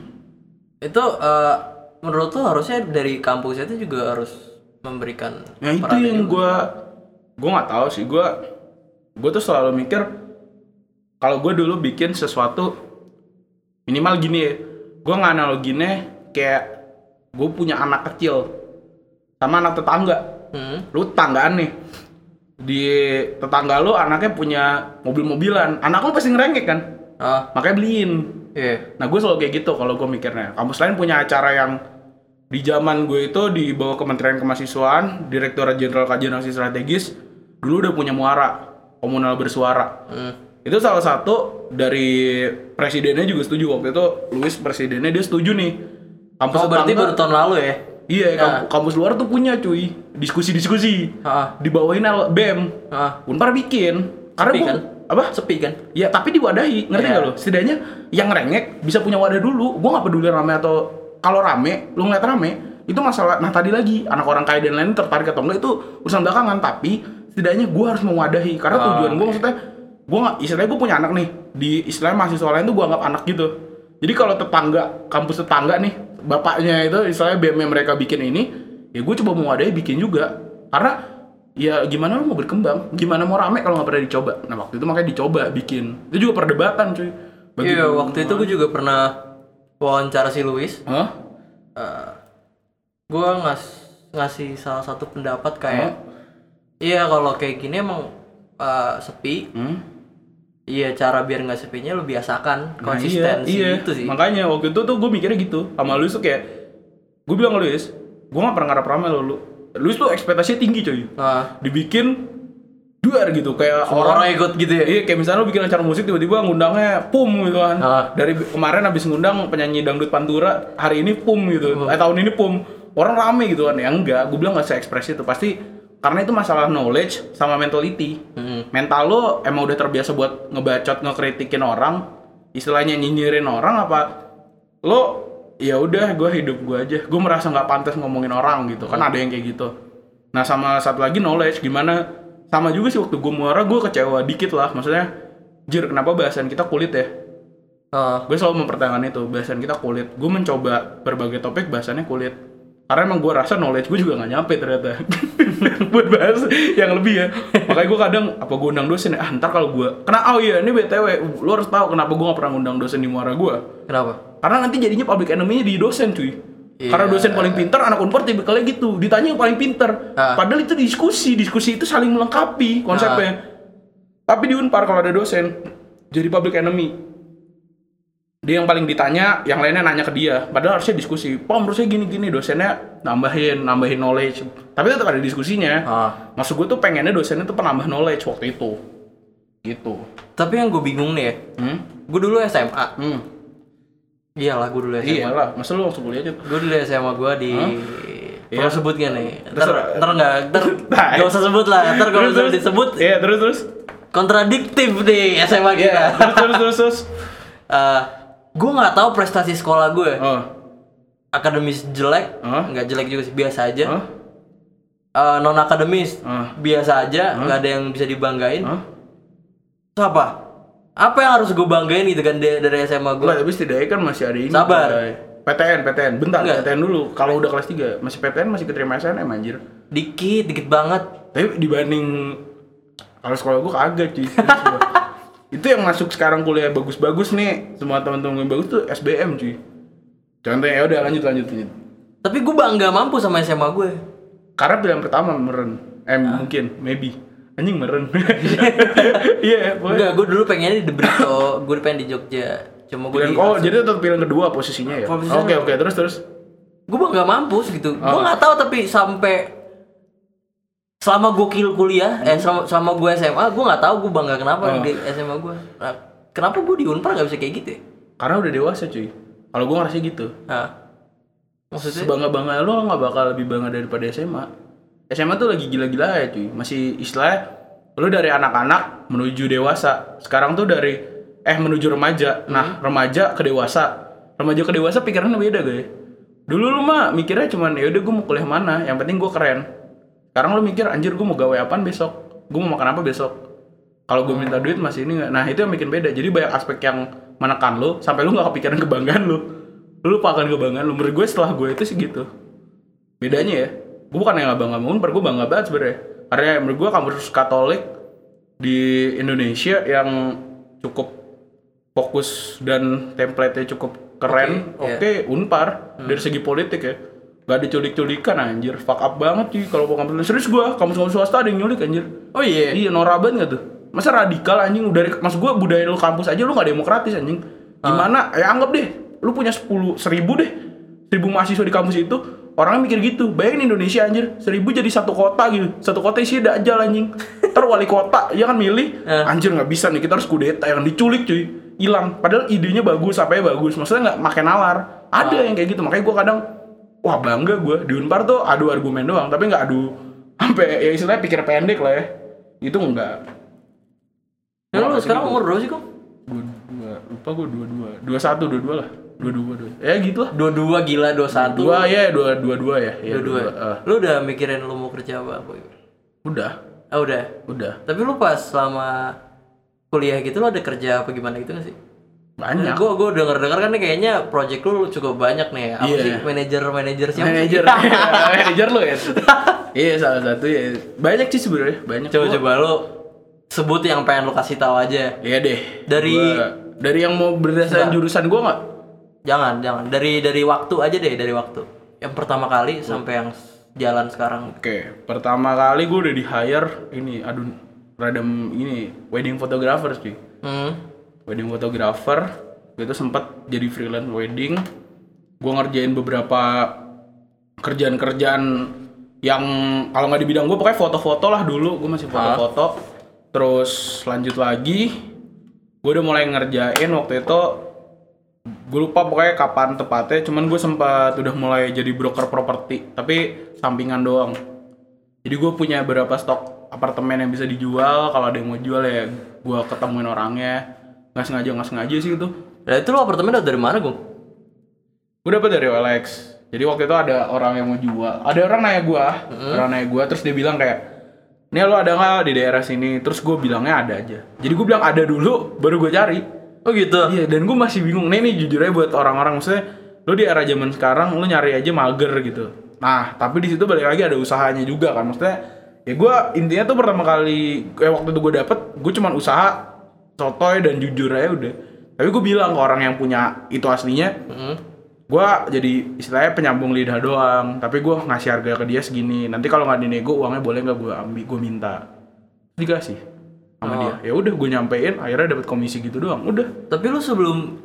Speaker 1: itu menurut lo harusnya dari kampus itu juga harus memberikan.
Speaker 2: Nah itu yang gue nggak tahu sih. Gue tuh selalu mikir kalau gue dulu bikin sesuatu minimal gini ya. Gue nganaloginnya kayak gue punya anak kecil sama anak tetangga. Lu tetanggaan nih. Di tetangga lu anaknya punya mobil-mobilan, anak lu pasti ngerengek kan? Makanya beliin. Nah gue selalu kayak gitu kalau gue mikirnya. Kampus lain punya acara yang di zaman gue itu di bawah Kementerian Kemahasiswaan, Direktorat Jenderal Kajian Aksi Strategis, dulu udah punya muara komunal bersuara. Itu salah satu dari presidennya juga setuju waktu itu. Luis presidennya dia setuju nih. Kampus
Speaker 1: berarti baru tahun lalu ya?
Speaker 2: Iya, kampus luar tuh punya cuy diskusi-diskusi dibawain BEM. Unpar bikin karena
Speaker 1: sepi kan?
Speaker 2: Apa?
Speaker 1: Sepi kan?
Speaker 2: Ya tapi diwadahi, ngerti nggak lo? Setidaknya yang ngerengek bisa punya wadah dulu. Gue nggak peduli rame atau kalau rame, lu ngeliat rame itu masalah. Nah tadi lagi anak orang kaya dan lain tertarik atau enggak itu urusan belakangan. Tapi setidaknya gue harus mewadahi karena tujuan gue maksudnya gue nggak istilahnya gue punya anak nih di istilahnya mahasiswa lain tuh gue anggap anak gitu. Jadi kalau tetangga kampus tetangga nih bapaknya itu istilahnya BM mereka bikin ini, ya gue coba mewadahi bikin juga. Karena ya gimana lu mau berkembang, gimana mau rame kalau nggak pernah dicoba. Nah waktu itu makanya dicoba bikin. Itu juga perdebatan cuy.
Speaker 1: Iya waktu itu gue juga pernah wawancara si Luis. Gue ngasih salah satu pendapat kayak, iya kalau kayak gini emang sepi. Iya, cara biar nggak sepinya lu biasakan konsistensi itu sih.
Speaker 2: Makanya waktu itu tuh gue mikirnya gitu sama Luis tuh kayak gue bilang ke Luis, gue nggak pernah ngarep rame lo. Luis tuh ekspektasinya tinggi coy. Dibikin duar gitu kayak
Speaker 1: orang ikut gitu ya.
Speaker 2: Iya, kayak misalnya lu bikin acara musik tiba-tiba ngundangnya Pum gitu kan. Dari kemarin habis ngundang penyanyi dangdut Pantura, hari ini Pum gitu. Tahun ini Pum. Orang rame gitu kan. Ya enggak, gue bilang enggak se-ekspresi itu. Pasti karena itu masalah knowledge sama mentality. Mental lo emang udah terbiasa buat ngebacot, ngekritikin orang, istilahnya nyinyirin orang apa lo ya udah gue hidup gue aja. Gue merasa nggak pantas ngomongin orang gitu. Kan ada yang kayak gitu. Nah sama satu lagi knowledge gimana? Sama juga sih waktu gue muara gue kecewa dikit lah. Maksudnya jir kenapa bahasan kita kulit ya? Gue selalu mempertanyakan itu bahasan kita kulit. Gue mencoba berbagai topik bahasannya kulit. Karena emang gue rasa knowledge gue juga gak nyampe ternyata buat bahas yang lebih ya. Makanya gue kadang apa gue undang dosen ya, ntar kalau gue ini BTW lo harus tahu kenapa gue gak pernah undang dosen di muara gue.
Speaker 1: Kenapa?
Speaker 2: Karena nanti jadinya public enemy-nya di dosen cuy. Karena dosen paling pintar, anak Unpar tipikalnya gitu, ditanya yang paling pintar. Padahal itu diskusi itu saling melengkapi konsepnya. Tapi di Unpar kalau ada dosen jadi public enemy, dia yang paling ditanya, yang lainnya nanya ke dia. Padahal harusnya diskusi. Menurut saya gini-gini, dosennya nambahin knowledge. Tapi tetap ada diskusinya. Maksud gue tuh pengennya dosennya tuh penambah knowledge waktu itu. Gitu.
Speaker 1: Tapi yang gue bingung nih ya, gue dulu SMA. Iyalah, gue dulu SMA.
Speaker 2: Iyalah, masa lu langsung kuliah aja?
Speaker 1: Gue dulu SMA gue di... Perlu sebut gak nih? Ntar gak usah sebut lah. Ntar kalau usah disebut.
Speaker 2: Iya, terus.
Speaker 1: Kontradiktif nih SMA kita.
Speaker 2: Terus.
Speaker 1: Gue nggak tahu prestasi sekolah gue. Akademis jelek, nggak jelek juga sih, biasa aja. Non akademis, biasa aja, nggak ada yang bisa dibanggain. Terus apa yang harus gue banggain gitu kan dari SMA gue?
Speaker 2: Tapi setidaknya kan masih ada ini.
Speaker 1: Sabar.
Speaker 2: PTN. Bentar,
Speaker 1: Enggak.
Speaker 2: PTN dulu. Kalau udah kelas 3, masih PTN masih keterima SNM anjir.
Speaker 1: Dikit banget.
Speaker 2: Tapi dibanding kalau sekolah gue kagak cuy. Itu yang masuk sekarang kuliah bagus-bagus nih. Semua teman-teman yang bagus tuh SBM cuy. Contohnya ya udah lanjut.
Speaker 1: Tapi gue bangga mampu sama SMA gue.
Speaker 2: Karena pilihan pertama meren. Mungkin maybe. Anjing meren. Iya,
Speaker 1: Enggak, gue dulu pengennya di Brito, gue pengen di Jogja. Cuma gue
Speaker 2: jadi tetap pilihan kedua posisinya ya. Oke, terus.
Speaker 1: Gue bangga mampus gitu. Gue nggak tahu tapi sampai selama gue kuliah, selama gue SMA, gue nggak tahu gue bangga kenapa di SMA gue. Nah, kenapa gue di Unpar nggak bisa kayak gitu ya?
Speaker 2: Karena udah dewasa cuy. Kalau gue ngerasa gitu.
Speaker 1: Nah, maksudnya
Speaker 2: sebangga-bangga lo nggak bakal lebih bangga daripada SMA. SMA tuh lagi gila-gila ya cuy. Masih istilahnya lo dari anak-anak menuju dewasa. Sekarang tuh dari menuju remaja. Nah, remaja ke dewasa. Remaja ke dewasa pikirannya beda guys. Dulu lu mah mikirnya cuman ya udah gue mau kuliah mana, yang penting gue keren. Sekarang lu mikir anjir gue mau gawe apaan besok? Gue mau makan apa besok? Kalau gue minta duit masih ini enggak. Nah, itu yang bikin beda. Jadi banyak aspek yang menekan lu sampai lu enggak kepikiran kebanggaan lu. Lu lupakan kebanggaan lu. Menurut gue setelah gue itu sih gitu. Bedanya ya. Gue bukan yang nggak bangga sama Unpar, gue bangga banget sebenarnya. Karena menurut gue kampus Katolik di Indonesia yang cukup fokus dan template-nya cukup keren. Oke, Unpar dari segi politik ya. Gak diculik-culikan anjir. Fuck up banget sih kalau mau kampus. Serius gue, kampus-kampus swasta ada yang nyulik anjir.
Speaker 1: Oh iya.
Speaker 2: Iya, norak banget gak tuh? Masa radikal anjing dari maksud gue budaya lu kampus aja lu gak demokratis anjing. Gimana? Ya anggap deh, lu punya 10.000 deh. 1.000 mahasiswa di kampus itu, orangnya mikir gitu. Bayangin Indonesia anjir, 1.000 jadi satu kota gitu. Satu kota isinya dajal anjing. Ntar wali kota, ya kan milih. Anjir gak bisa nih, kita harus kudeta. Yang diculik cuy, hilang. Padahal idenya bagus, apanya bagus. Maksudnya gak makin nalar. Ada yang kayak gitu, makanya gue kadang wah bangga gue. Di Unpar tuh adu argumen doang, tapi gak adu sampai ya istilahnya pikir pendek lah ya. Itu enggak.
Speaker 1: Ya lu sekarang umur berapa sih kok?
Speaker 2: Lupa gue 22 lah. 22. Ya gitu lah.
Speaker 1: 22 gila, 21.
Speaker 2: 22 ya, 22 ya. Ya
Speaker 1: 22. Lu udah mikirin lu mau kerja apa, Boy?
Speaker 2: Udah.
Speaker 1: Oh, udah. Tapi lu pas selama kuliah gitu lu ada kerja apa gimana gitu gak sih?
Speaker 2: Banyak.
Speaker 1: Gue denger kan nih kayaknya project lu cukup banyak nih. Apa sih manajer siapa?
Speaker 2: Manajer lu ya. Iya, salah satu ya. Banyak sih sebenarnya, banyak.
Speaker 1: Coba lu sebut yang pengen lu kasih tahu aja.
Speaker 2: Iya deh.
Speaker 1: Dari
Speaker 2: yang mau berdasarkan jurusan gua enggak?
Speaker 1: Jangan. Dari waktu aja deh, dari waktu. Yang pertama kali sampai yang jalan sekarang.
Speaker 2: Oke, pertama kali gua udah di-hire wedding photographer sih. Wedding photographer, gue tuh sempat jadi freelance wedding. Gue ngerjain beberapa kerjaan-kerjaan yang kalau nggak di bidang gue pokoknya foto-foto lah dulu. Gue masih foto-foto. Terus lanjut lagi, gue udah mulai ngerjain waktu itu. Gue lupa pokoknya kapan tepatnya. Cuman gue sempat udah mulai jadi broker properti, tapi sampingan doang. Jadi gue punya beberapa stok apartemen yang bisa dijual. Kalau ada yang mau jual ya gue ketemuin orangnya. Nggak sengaja sih itu.
Speaker 1: Nah itu lo apartemen dari mana, Gung?
Speaker 2: Gue dapet dari OLX. Jadi waktu itu ada orang yang mau jual. Ada orang nanya gue, terus dia bilang kayak, "Nih lo ada nggak di daerah sini?" Terus gue bilangnya ada aja. Jadi gue bilang ada dulu, baru gue cari.
Speaker 1: Oh gitu?
Speaker 2: Iya, dan gue masih bingung. Nih jujur aja buat orang-orang, maksudnya lo di era zaman sekarang lo nyari aja mager gitu. Nah, tapi di situ balik lagi ada usahanya juga kan. Maksudnya ya gue intinya tuh pertama kali waktu itu gue dapet, gue cuma usaha sotoy dan jujur aja udah. Tapi gue bilang ke orang yang punya itu aslinya, gue jadi istilahnya penyambung lidah doang. Tapi gue ngasih harga ke dia segini. Nanti kalau nggak dinego uangnya boleh nggak gue ambil, gue minta. Dikasih sama dia. Ya udah gue nyampein, akhirnya dapat komisi gitu doang. Udah.
Speaker 1: Tapi lu sebelum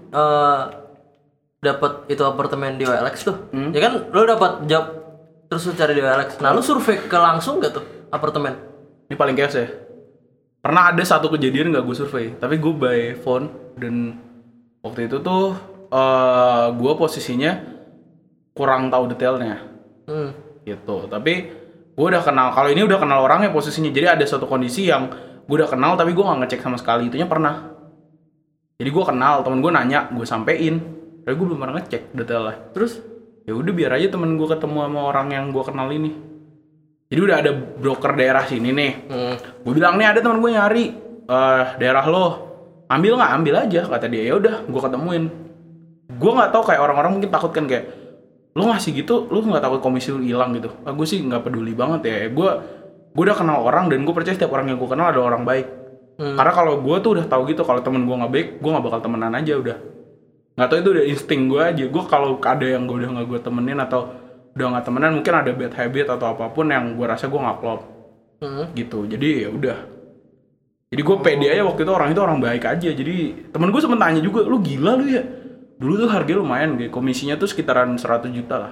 Speaker 1: dapat itu apartemen di OLX tuh, ya kan lu dapat job terus lu cari di OLX. Nah lu survei ke langsung gak tuh apartemen?
Speaker 2: Ini paling chaos ya. Pernah ada satu kejadian nggak gue survei, tapi gue by phone dan waktu itu tuh gue posisinya kurang tahu detailnya, gitu. Tapi gue udah kenal, kalau ini udah kenal orangnya posisinya. Jadi ada suatu kondisi yang gue udah kenal tapi gue nggak ngecek sama sekali, itunya pernah. Jadi gue kenal, temen gue nanya, gue sampein, tapi gue belum pernah ngecek detailnya. Terus ya udah biar aja temen gue ketemu sama orang yang gue kenal ini. Jadi udah ada broker daerah sini nih. Gue bilang nih ada teman gue nyari daerah lo. Ambil nggak? Ambil aja kata dia. Ya udah, gue ketemuin. gue nggak tahu kayak orang-orang mungkin takut kan kayak lu ngasih gitu, lu nggak takut komisi lu hilang gitu. Gue sih nggak peduli banget ya. Gue udah kenal orang dan gue percaya setiap orang yang gue kenal ada orang baik. Karena kalau gue tuh udah tahu gitu kalau temen gue nggak baik, gue nggak bakal temenan aja udah. Nggak tahu itu udah insting gue aja. Gue kalau ada yang gue udah nggak gue temenin atau udah nggak temenan, mungkin ada bad habit atau apapun yang gue rasa gue nggak klop. Gitu. Jadi ya udah. Jadi gue pede aja waktu itu orang baik aja. Jadi temen gue sempet tanya juga, lu gila lu ya? Dulu tuh harganya lumayan, kayak komisinya tuh sekitaran 100 juta lah.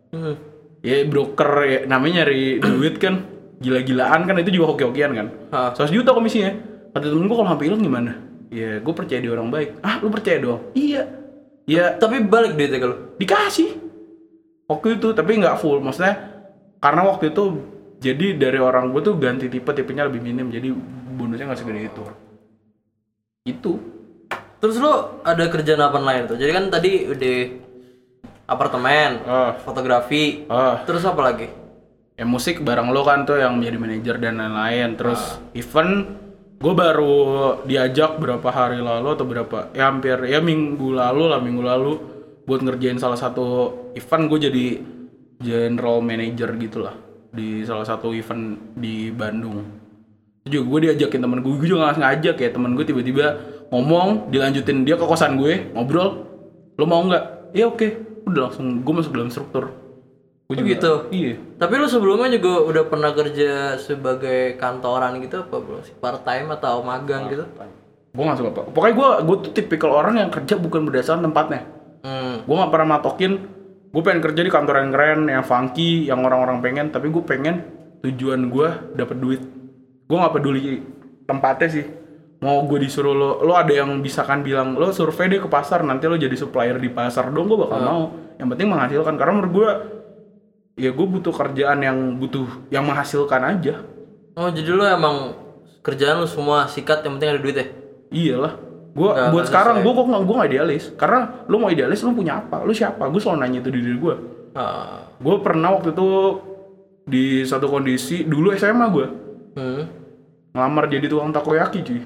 Speaker 2: Ya broker ya, namanya nyari duit kan, gila-gilaan kan, itu juga hoki-hokian kan. 100 juta komisinya. Kata temen gue kalau sampai hilang gimana? Ya gue percaya dia orang baik. Ah lu percaya doang? Iya. Ya
Speaker 1: tapi balik duitnya kalau
Speaker 2: dikasih. Waktu itu tapi nggak full, maksudnya karena waktu itu jadi dari orang gue tuh ganti tipenya lebih minim, jadi bonusnya nggak segede itu. Itu.
Speaker 1: Terus lo ada kerjaan apa lain tuh? Jadi kan tadi udah apartemen, fotografi, terus apa lagi?
Speaker 2: Ya musik bareng lo kan tuh yang menjadi manajer dan lain-lain. Terus event, gue baru diajak berapa hari lalu atau hampir minggu lalu buat ngerjain salah satu event. Gue jadi general manager gitulah di salah satu event di Bandung. Juga gue diajakin temen gue juga nggak ngajak ya, temen gue tiba-tiba ngomong, dilanjutin dia ke kosan gue, ngobrol, lo mau nggak? Iya oke. Udah langsung gue masuk dalam struktur.
Speaker 1: Gue juga gitu.
Speaker 2: Iya.
Speaker 1: Tapi lo sebelumnya juga udah pernah kerja sebagai kantoran gitu apa belum sih? Part time atau magang gitu?
Speaker 2: Gue nggak suka apa. Pokoknya gue tuh tipikal orang yang kerja bukan berdasarkan tempatnya. Gue nggak pernah matokin. Gue pengen kerja di kantor yang keren, yang funky, yang orang-orang pengen. Tapi gue pengen tujuan gue dapet duit. Gue nggak peduli tempatnya sih. Mau gue disuruh lo ada yang bisa kan bilang lo survei deh ke pasar, nanti lo jadi supplier di pasar dong, gue bakal mau. Yang penting menghasilkan, karena menurut gue ya gue butuh kerjaan yang menghasilkan aja.
Speaker 1: Oh jadi lo emang kerjaan lo semua sikat yang penting ada duit ya?
Speaker 2: Iyalah. Gue buat sekarang gue nggak idealis, karena lo mau idealis lo punya apa, lo siapa, gue selalu nanya itu di diri gue. Gue pernah waktu itu di satu kondisi dulu SMA gue ngelamar jadi tukang takoyaki cuy.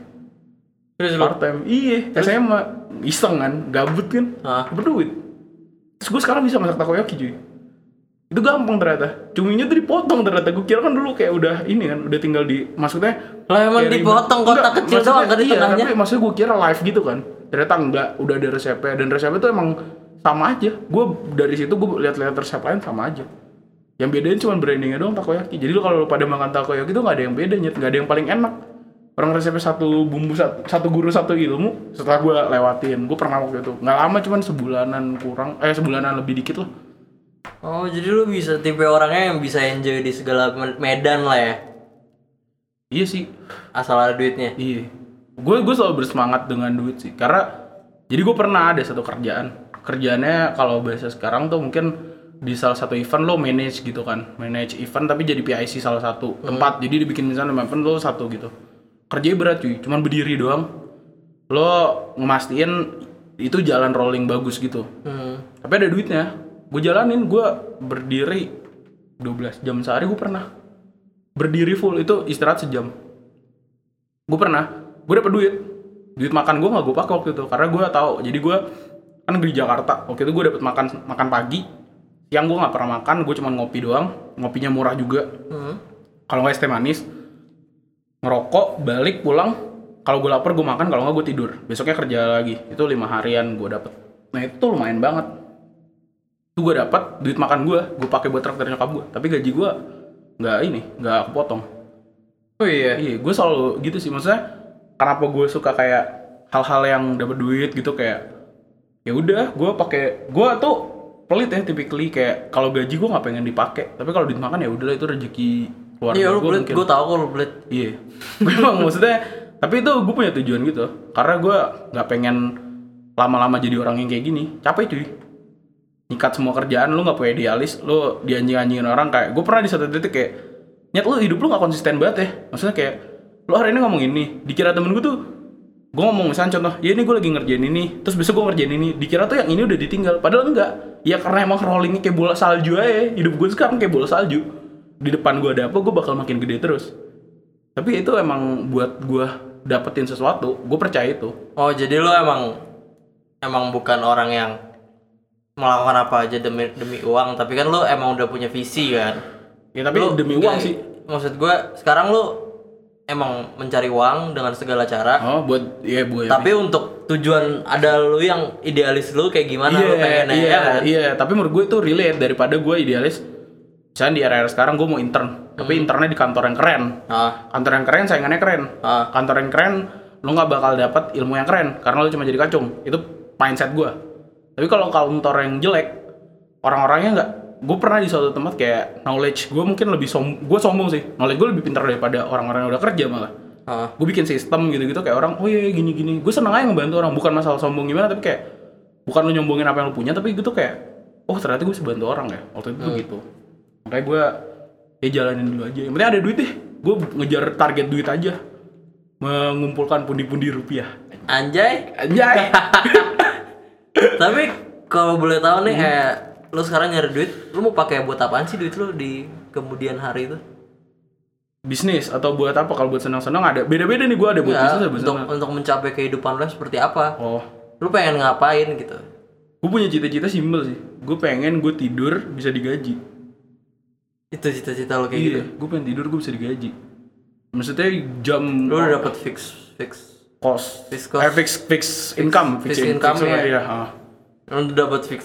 Speaker 2: Part time. Iya, SMA iseng kan, gabut kan, berduit. Terus gue sekarang bisa masak takoyaki cuy. Itu gampang ternyata. Cuminya tuh dipotong ternyata. Gue kira kan dulu kayak udah ini kan, udah tinggal maksudnya
Speaker 1: lah emang dipotong kotak kecil doang kan di tengahnya.
Speaker 2: Tapi maksudnya gue kira live gitu kan. Ternyata enggak, udah ada resepnya, dan resepnya tuh emang sama aja. Gue dari situ gue lihat-lihat resep lain sama aja. Yang bedain cuma brandingnya doang takoyaki. Jadi lu kalau pada makan takoyaki tuh nggak ada yang beda, nggak ada yang paling enak. Orang resepnya satu bumbu, satu guru satu ilmu. Setelah gue lewatin, gue pernah waktu itu nggak lama, cuman sebulanan lebih dikit lah.
Speaker 1: Oh jadi lu bisa tipe orangnya yang bisa enjoy di segala medan lah ya?
Speaker 2: Iya sih.
Speaker 1: Asal ada duitnya.
Speaker 2: Iya. Gue selalu bersemangat dengan duit sih. Karena jadi gue pernah ada satu kerjaannya kalau bahasa sekarang tuh mungkin di salah satu event lo manage gitu kan, manage event tapi jadi PIC salah satu tempat. Jadi dibikin misalnya event lo satu gitu. Kerjanya berat cuy, cuman berdiri doang. Lo ngemastiin itu jalan rolling bagus gitu. Tapi ada duitnya. Gue jalanin, gue berdiri 12 jam sehari gue pernah. Berdiri full, itu istirahat sejam. Gue dapet duit. Duit makan gue gak gue pakai waktu itu, karena gue tahu. Jadi gue kan di Jakarta, waktu itu gue dapet makan pagi. Siang gue gak pernah makan, gue cuma ngopi doang. Ngopinya murah juga. Kalau gak es teh manis. Ngerokok, balik, pulang. Kalau gue lapar gue makan, kalau gak gue tidur. Besoknya kerja lagi. Itu 5 harian gue dapet. Nah itu tuh lumayan banget. Itu gue dapat duit makan gue pakai buat traktir nyokap gue, tapi gaji gue nggak kepotong.
Speaker 1: Oh iya.
Speaker 2: Iya, gue selalu gitu sih, maksudnya kenapa gue suka kayak hal-hal yang dapat duit gitu, kayak ya udah gue tuh pelit ya, typically kayak kalau gaji gue nggak pengen dipakai, tapi kalau duit makan ya udahlah, itu rezeki keluarga gue. Iya, lu pelit, gue tahu kok lu pelit. Iya, gue emang maksudnya, tapi itu gue punya tujuan gitu, karena gue nggak pengen lama-lama jadi orang yang kayak gini, capek cuy. Nyikat semua kerjaan, lu gak punya idealis, lu dianjing-anjingin orang. Kayak gue pernah di satu titik kayak, nyet lu hidup lu gak konsisten banget ya. Maksudnya kayak, lu hari ini ngomong ini, dikira temen gue tuh, gue ngomong misalnya contoh, ya ini gue lagi ngerjain ini, terus besok gue ngerjain ini, dikira tuh yang ini udah ditinggal, padahal enggak. Ya karena emang rollingnya kayak bola salju aja, hidup gue sekarang kayak bola salju. Di depan gue ada apa, gue bakal makin gede terus. Tapi itu emang buat gue dapetin sesuatu, gue percaya itu.
Speaker 1: Oh jadi lu emang bukan orang yang melakukan apa aja demi uang, tapi kan lu emang udah punya visi kan.
Speaker 2: Ya tapi lu demi uang sih.
Speaker 1: Maksud gua sekarang lu emang mencari uang dengan segala cara.
Speaker 2: Oh, buat
Speaker 1: tapi untuk tujuan ada lu yang idealis lu kayak gimana lu pengennya kan?
Speaker 2: Iya, tapi menurut gue itu relate daripada gue idealis. Misalnya di era sekarang gue mau intern, tapi internnya di kantor yang keren. Kantor yang keren, saingannya keren. Kantor yang keren, lu nggak bakal dapat ilmu yang keren karena lu cuma jadi kacung. Itu mindset gue. Tapi kalau kantor yang jelek, orang-orangnya nggak. Gue pernah di suatu tempat kayak knowledge gue mungkin lebih gue sombong sih. Knowledge gue lebih pintar daripada orang-orang yang udah kerja malah. Gue bikin sistem gitu-gitu kayak orang, oh iya gini-gini. Gue seneng aja ngebantu orang, bukan masalah sombong gimana, tapi kayak bukan lu nyombongin apa yang lu punya, tapi gitu kayak, oh ternyata gue bisa bantu orang ya. Waktu itu gitu. Makanya gue jalanin dulu aja. Yang penting ada duit deh. Gue ngejar target duit aja. Mengumpulkan pundi-pundi rupiah.
Speaker 1: Anjay. Tapi kalau boleh tahu nih kayak lu sekarang nyari duit, lu mau pakai buat apaan sih duit lu di kemudian hari itu?
Speaker 2: Bisnis atau buat apa? Kalau buat senang-senang ada beda-beda nih, gue ada buat bisnis ada buat
Speaker 1: untuk mencapai kehidupan lu seperti apa?
Speaker 2: Oh,
Speaker 1: lu pengen ngapain gitu?
Speaker 2: Gue punya cita-cita simpel sih. Gue pengen gue tidur bisa digaji.
Speaker 1: Itu cita-cita lo kayak gitu?
Speaker 2: Gue pengen tidur gue bisa digaji. Maksudnya jam
Speaker 1: lu udah dapat fix
Speaker 2: cost.
Speaker 1: Fix cost.
Speaker 2: Fix income.
Speaker 1: Fix income ya. Lu dapat fix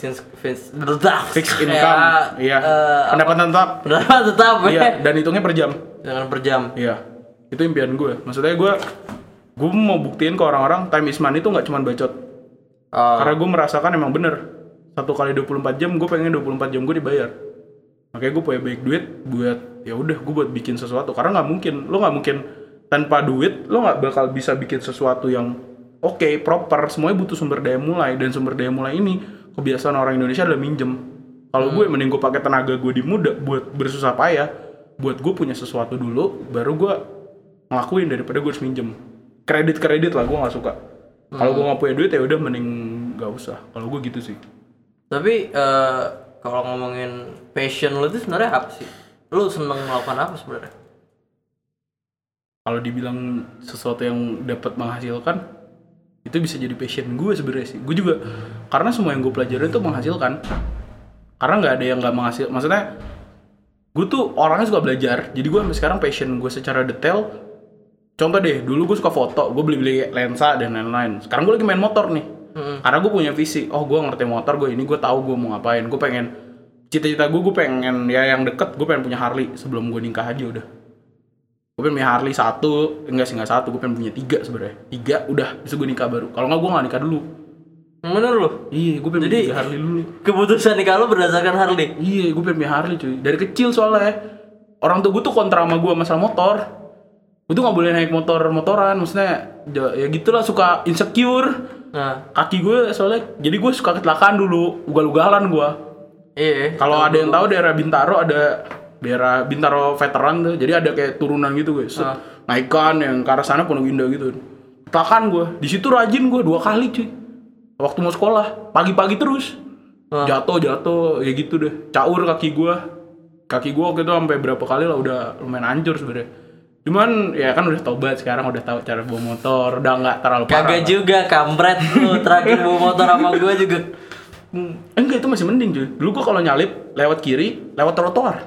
Speaker 1: income.
Speaker 2: Iya. Pendapatan tetap. Iya, dan hitungnya per jam.
Speaker 1: Jangan per jam.
Speaker 2: Iya. Itu impian gue. Maksudnya gue mau buktiin ke orang-orang time is money itu enggak cuma bacot. Karena gue merasakan emang bener. 1 kali 24 jam gue pengen 24 jam gue dibayar. Makanya gue punya banyak duit buat ya udah gue buat bikin sesuatu. Karena nggak mungkin tanpa duit lo nggak bakal bisa bikin sesuatu yang proper. Semuanya butuh sumber daya mulai, dan sumber daya mulai ini kebiasaan orang Indonesia adalah minjem. Kalau gue mending gue pakai tenaga gue di muda buat bersusah payah, buat gue punya sesuatu dulu, baru gue ngelakuin daripada gue harus minjem. Kredit lah gue nggak suka. Kalau gue nggak punya duit ya udah mending nggak usah. Kalau gue gitu sih.
Speaker 1: Tapi kalau ngomongin passion lo itu sebenarnya apa sih? Lo seneng melakukan apa sebenarnya?
Speaker 2: Kalau dibilang sesuatu yang dapat menghasilkan, itu bisa jadi passion gue sebenarnya sih. Gue juga karena semua yang gue pelajarin itu menghasilkan. Karena nggak ada yang nggak menghasilkan. Maksudnya gue tuh orangnya suka belajar. Jadi gue sampai sekarang passion gue secara detail. Contoh deh, dulu gue suka foto, gue beli lensa dan lain-lain. Sekarang gue lagi main motor nih. Karena gue punya visi. Oh, gue ngerti motor, gue tahu gue mau ngapain. Gue pengen cita-cita gue pengen ya yang deket. Gue pengen punya Harley sebelum gue nikah aja udah. Gue pengen punya Harley 1, enggak 1, gue pengen punya 3 sebenarnya. 3 udah, bisa gue nikah baru. Kalau enggak gue enggak nikah dulu.
Speaker 1: Bener lu?
Speaker 2: Iya, gue pengen punya Harley dulu.
Speaker 1: Keputusan nikah lu berdasarkan Harley?
Speaker 2: Iya, gue pengen punya Harley cuy. Dari kecil soalnya. Orang tua gue tuh kontra sama gue masalah motor. Gue tuh gak boleh naik motoran, maksudnya ya gitulah, suka insecure. Kaki gue soalnya, jadi gue suka kecelakaan dulu, ugal-ugalan gue.
Speaker 1: Iya.
Speaker 2: Kalau ada yang tahu daerah Bintaro veteran tuh, jadi ada kayak turunan gitu guys. Naikan yang ke arah sana Pondok Indah gitu. Kecelakaan gue, di situ rajin gue 2 kali cuy. Waktu mau sekolah, pagi-pagi terus. Jatuh, ya gitu deh. Caur kaki gue waktu itu sampai berapa kali lah, udah lumayan hancur sebenarnya. Cuman ya kan udah tobat sekarang, udah tahu cara bawa motor, udah nggak terlalu parah.
Speaker 1: Kagak juga, kampret lu terakhir bawa motor sama gue juga.
Speaker 2: Enggak, itu masih mending cuy. Dulu gue kalau nyalip lewat kiri, lewat trotoar.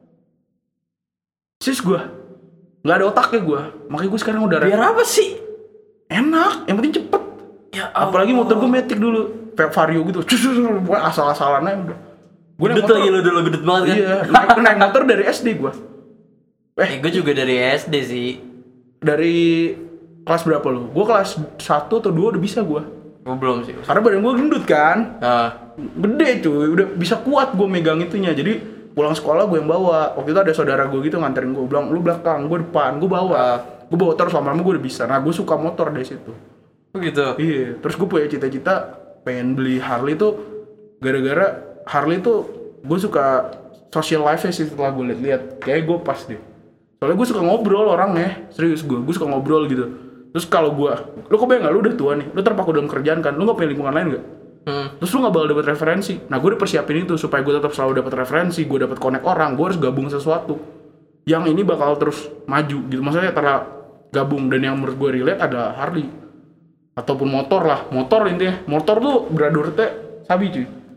Speaker 2: Sis gue, nggak ada otaknya gue. Makanya gue sekarang udah
Speaker 1: biar apa sih?
Speaker 2: Enak, yang penting cepet.
Speaker 1: Ya
Speaker 2: apalagi motor gue matic dulu, Vario gitu, asal-asalan aja udah.
Speaker 1: Gendut lagi lu dulu, gendut banget kan?
Speaker 2: Iya, naik motor dari SD gue.
Speaker 1: Gue juga dari SD sih.
Speaker 2: Dari kelas berapa lu? Gue kelas 1 atau 2 udah bisa gue.
Speaker 1: Gue belum sih.
Speaker 2: Karena badan gue gendut kan. Gede cuy, udah bisa kuat gue megang itunya. Jadi pulang sekolah gue yang bawa. Waktu itu ada saudara gue gitu nganterin gue, bilang lu belakang, gue depan, gue bawa. Gue bawa terus, lama-lama gue udah bisa. Nah gue suka motor dari situ.
Speaker 1: Begitu?
Speaker 2: Iya, terus gue punya cita-cita pengen beli Harley tuh gara-gara Harley tuh gue suka social life-nya sih. Setelah gue liat-liat, kayak gue pas deh. Soalnya gue suka ngobrol orangnya, serius gue suka ngobrol gitu. Terus kalau gue, lu kebayang gak, lu udah tua nih, lu terpaku dalam kerjaan kan, lu gak punya lingkungan lain gak? Terus lu gak bakal dapet referensi. Nah gue udah persiapin itu, supaya gue tetap selalu dapet referensi, gue dapet connect orang, gue harus gabung sesuatu yang ini bakal terus maju gitu. Maksudnya setelah gabung, dan yang menurut gue relate ada Harley. Ataupun motor lah, motor intinya. Motor tuh beradurnya sabi cuy.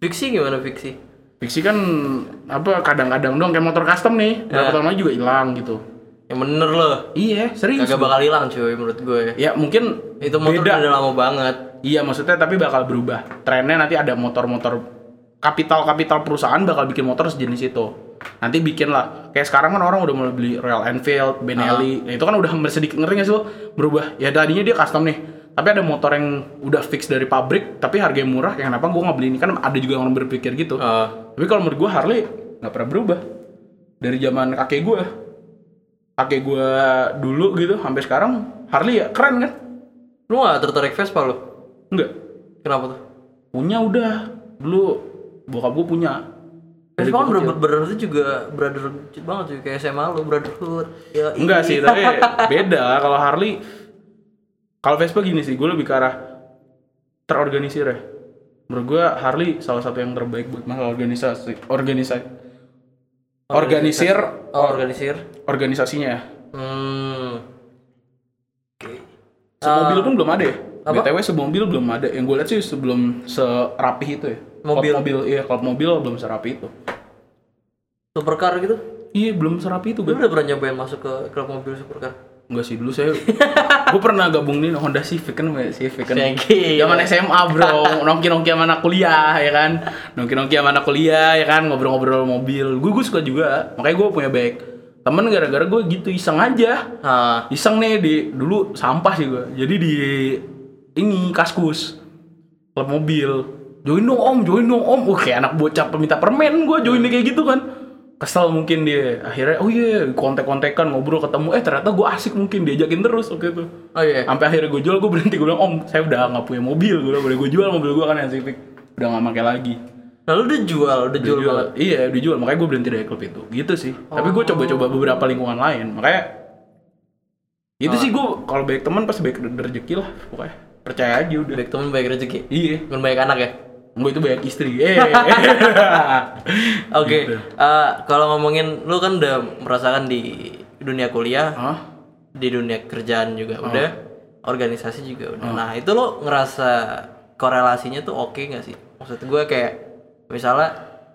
Speaker 1: Fiksi gimana fiksi?
Speaker 2: Fiksi kan apa kadang-kadang doang kayak motor custom nih. Berapa tahun lagi juga hilang gitu.
Speaker 1: Yang bener loh.
Speaker 2: Iya, serius.
Speaker 1: Kagak bakal hilang cuy menurut gue.
Speaker 2: Ya mungkin
Speaker 1: Itu motor
Speaker 2: beda.
Speaker 1: udah lama banget.
Speaker 2: Iya, maksudnya tapi bakal berubah. Trennya nanti ada motor-motor kapital perusahaan bakal bikin motor sejenis itu. Nanti bikin lah. Kayak sekarang kan orang udah mulai beli Royal Enfield, Benelli. Nah, itu kan udah sedikit ngeri nggak sih lo? Berubah. Ya tadinya dia custom nih. Tapi ada motor yang udah fix dari pabrik, tapi harganya murah. Yang kenapa gue nggak beli ini? Kan ada juga yang orang berpikir gitu. Tapi kalau menurut gue Harley nggak pernah berubah. Dari zaman kakek gue dulu gitu sampai sekarang Harley ya keren kan?
Speaker 1: Lu gak tertarik Vespa lu?
Speaker 2: Enggak.
Speaker 1: Kenapa tuh?
Speaker 2: Punya udah. Dulu bokap gue punya.
Speaker 1: Vespa kan brother juga brother banget cuy, kayak SMA lu brotherhood. Ya,
Speaker 2: Enggak sih, tapi beda. Kalau Harley, kalau Vespa gini sih, gue lebih ke arah terorganisir ya. Menurut gue Harley salah satu yang terbaik buat masalah organisasinya ya. Semobil pun belum ada ya. BTW semobil belum ada. Yang gue lihat sih sebelum serapih itu ya. Klub mobil belum serapi itu.
Speaker 1: Supercar gitu?
Speaker 2: Iya, belum serapi itu.
Speaker 1: Lu udah pernah nyobain masuk ke klub mobil supercar?
Speaker 2: Enggak sih, dulu saya gue pernah gabung nih Honda Civic kan.
Speaker 1: Zaman
Speaker 2: SMA bro, nongki sama anak kuliah ya kan. Nongki sama anak kuliah ya kan, ngobrol-ngobrol mobil. Gue suka juga, makanya gue punya bike. Temen gara-gara gue gitu iseng aja. Iseng nih dulu sampah sih gue. Jadi di ini Kaskus klub mobil. Join dong om. Kayak anak bocah peminta permen gue join kayak gitu kan. Kesel mungkin dia. Akhirnya kontek-kontekan ngobrol ketemu. Ternyata gue asik mungkin diajakin terus waktu itu.
Speaker 1: Oh iya.
Speaker 2: Sampai akhirnya gue jual, gue berhenti. Gue bilang om saya udah nggak punya mobil. Gue boleh gue jual mobil gue kan yang Civic. Udah nggak pakai lagi.
Speaker 1: Nah lu udah jual banget.
Speaker 2: Iya udah jual. Makanya gue berhenti dari klub itu. Gitu sih. Tapi gue coba-coba beberapa lingkungan lain. Makanya itu sih gue kalau baik teman pasti baik rezeki lah pokoknya. Percaya aja udah.
Speaker 1: Baik temen baik rezeki.
Speaker 2: Iya.
Speaker 1: Bukan baik anak ya.
Speaker 2: Enggak, itu banyak istri.
Speaker 1: Oke.
Speaker 2: Gitu.
Speaker 1: Kalau ngomongin lu kan udah merasakan di dunia kuliah, di dunia kerjaan juga udah, organisasi juga udah. Nah itu lo ngerasa korelasinya tuh oke nggak sih? Maksud gue kayak misalnya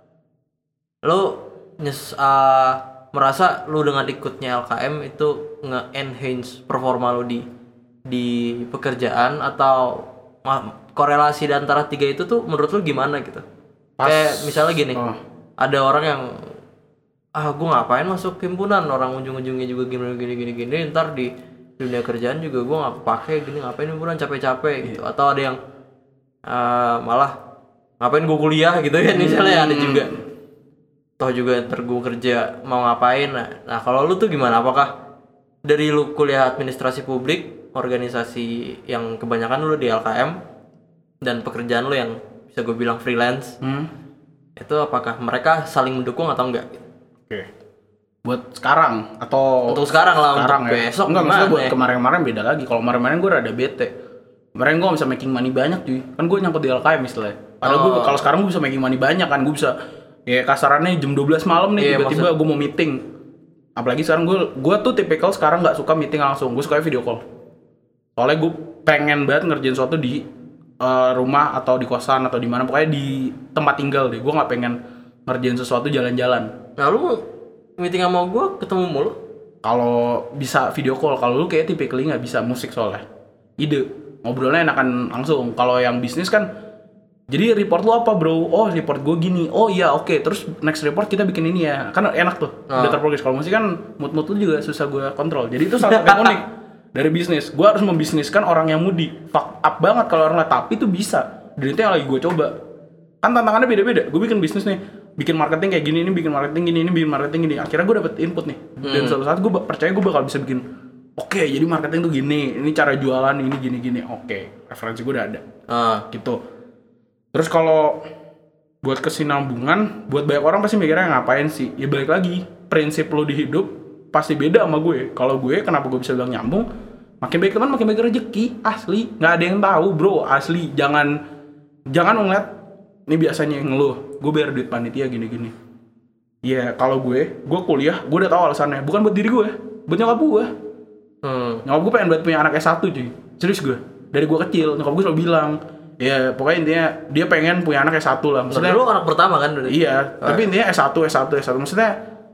Speaker 1: lo merasa lu dengan ikutnya LKM itu nge-enhance performa lu di pekerjaan atau korelasi di antara tiga itu tuh menurut lu gimana gitu? Kayak misalnya gini, ada orang yang gue ngapain masuk himpunan, orang ujung-ujungnya juga gini, ntar di dunia kerjaan juga gue nggak kepake gini, ngapain himpunan capek-capek gitu. Atau ada yang malah ngapain gue kuliah gitu ya, misalnya ada juga. Toh juga ntar gue kerja mau ngapain. Nah kalau lu tuh gimana? Apakah dari lu kuliah administrasi publik, organisasi yang kebanyakan lu di LKM, dan pekerjaan lu yang bisa gue bilang freelance, itu apakah mereka saling mendukung atau enggak?
Speaker 2: Oke. Buat sekarang atau
Speaker 1: untuk sekarang lah,
Speaker 2: sekarang
Speaker 1: untuk
Speaker 2: ya?
Speaker 1: besok
Speaker 2: enggak, maksudnya buat
Speaker 1: ya?
Speaker 2: kemarin-kemarin beda lagi. Kalau kemarin-kemarin gue rada bete. Kemarin gue gak bisa making money banyak cuy. Kan gue nyangkut di LKM istilahnya. Padahal gue kalau sekarang gue bisa making money banyak kan. Gue bisa ya kasarannya jam 12 malam nih tiba-tiba gue mau meeting. Apalagi sekarang gue tuh tipikal sekarang gak suka meeting langsung. Gue suka video call. Soalnya gue pengen banget ngerjain sesuatu di rumah atau di kosan atau di mana, pokoknya di tempat tinggal deh. Gue nggak pengen ngerjain sesuatu jalan-jalan.
Speaker 1: Nah lu meeting sama gue ketemu mulu?
Speaker 2: Kalau bisa video call, kalau lu kayak typically nggak bisa musik soalnya. Ide ngobrolnya enakan langsung. Kalau yang bisnis kan, jadi report lu apa bro? Oh report gue gini. Oh iya oke. Terus next report kita bikin ini ya. Kan enak tuh. Udah terprogres. Kalau musik kan mood lu juga susah gue kontrol. Jadi itu salah satu yang unik. Dari bisnis, gue harus membisniskan orang yang moody. Fuck up banget kalau orang lain, tapi itu bisa. Dan itu yang lagi gue coba. Kan tantangannya beda-beda. Gue bikin bisnis nih, bikin marketing kayak gini, ini bikin marketing gini, ini bikin marketing gini. Akhirnya gue dapet input nih. Dan suatu saat gue percaya gue bakal bisa bikin. Oke, jadi marketing tuh gini, ini cara jualan, ini gini-gini. Oke, referensi gue udah ada. Gitu. Terus kalau buat kesinambungan, buat banyak orang pasti mikirnya ngapain sih? Ya balik lagi, prinsip lo di hidup pasti beda sama gue. Kalau gue, kenapa gue bisa bilang nyambung? Makin baik teman, makin baik rezeki, asli. Nggak ada yang tahu bro, asli. Jangan ngeliat, ini biasanya ngeluh, gue bayar duit panitia gini-gini. Ya kalau gue kuliah, gue udah tahu alasannya. Bukan buat diri gue, buat nyokap gue. Nyokap gue pengen buat punya anak S1 cuy. Serius gue, dari gue kecil, nyokap gue selalu bilang, Ya pokoknya intinya dia pengen punya anak S1 lah. Maksudnya
Speaker 1: lu anak pertama kan berarti?
Speaker 2: Iya, tapi intinya S1. Maksudnya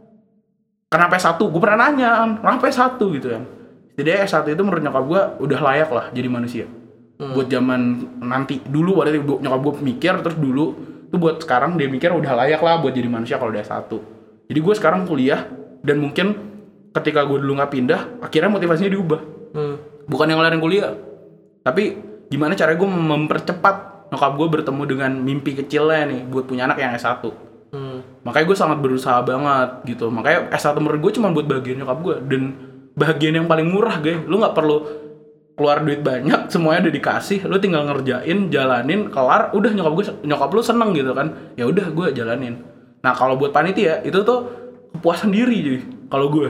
Speaker 2: kenapa S1? Gue pernah nanya, kenapa S1 gitu kan. Jadi S1 itu menurut nyokap gue udah layak lah jadi manusia. Buat zaman nanti. Dulu berarti nyokap gue mikir, terus dulu tuh buat sekarang dia mikir udah layak lah buat jadi manusia kalau udah S1. Jadi gue sekarang kuliah, dan mungkin ketika gue dulu gak pindah, akhirnya motivasinya diubah. Bukan yang ngelarin kuliah, tapi gimana caranya gue mempercepat nyokap gue bertemu dengan mimpi kecilnya nih buat punya anak yang S1. Makanya gue sangat berusaha banget gitu. Makanya S1 menurut gue cuma buat bagian nyokap gue, dan bagian yang paling murah guys. Lu gak perlu keluar duit banyak, semuanya udah dikasih, lu tinggal ngerjain, jalanin, kelar, udah nyokap lu seneng gitu kan. Ya udah gue jalanin. Nah, kalau buat panitia itu tuh kepuasan diri jadi kalau gue.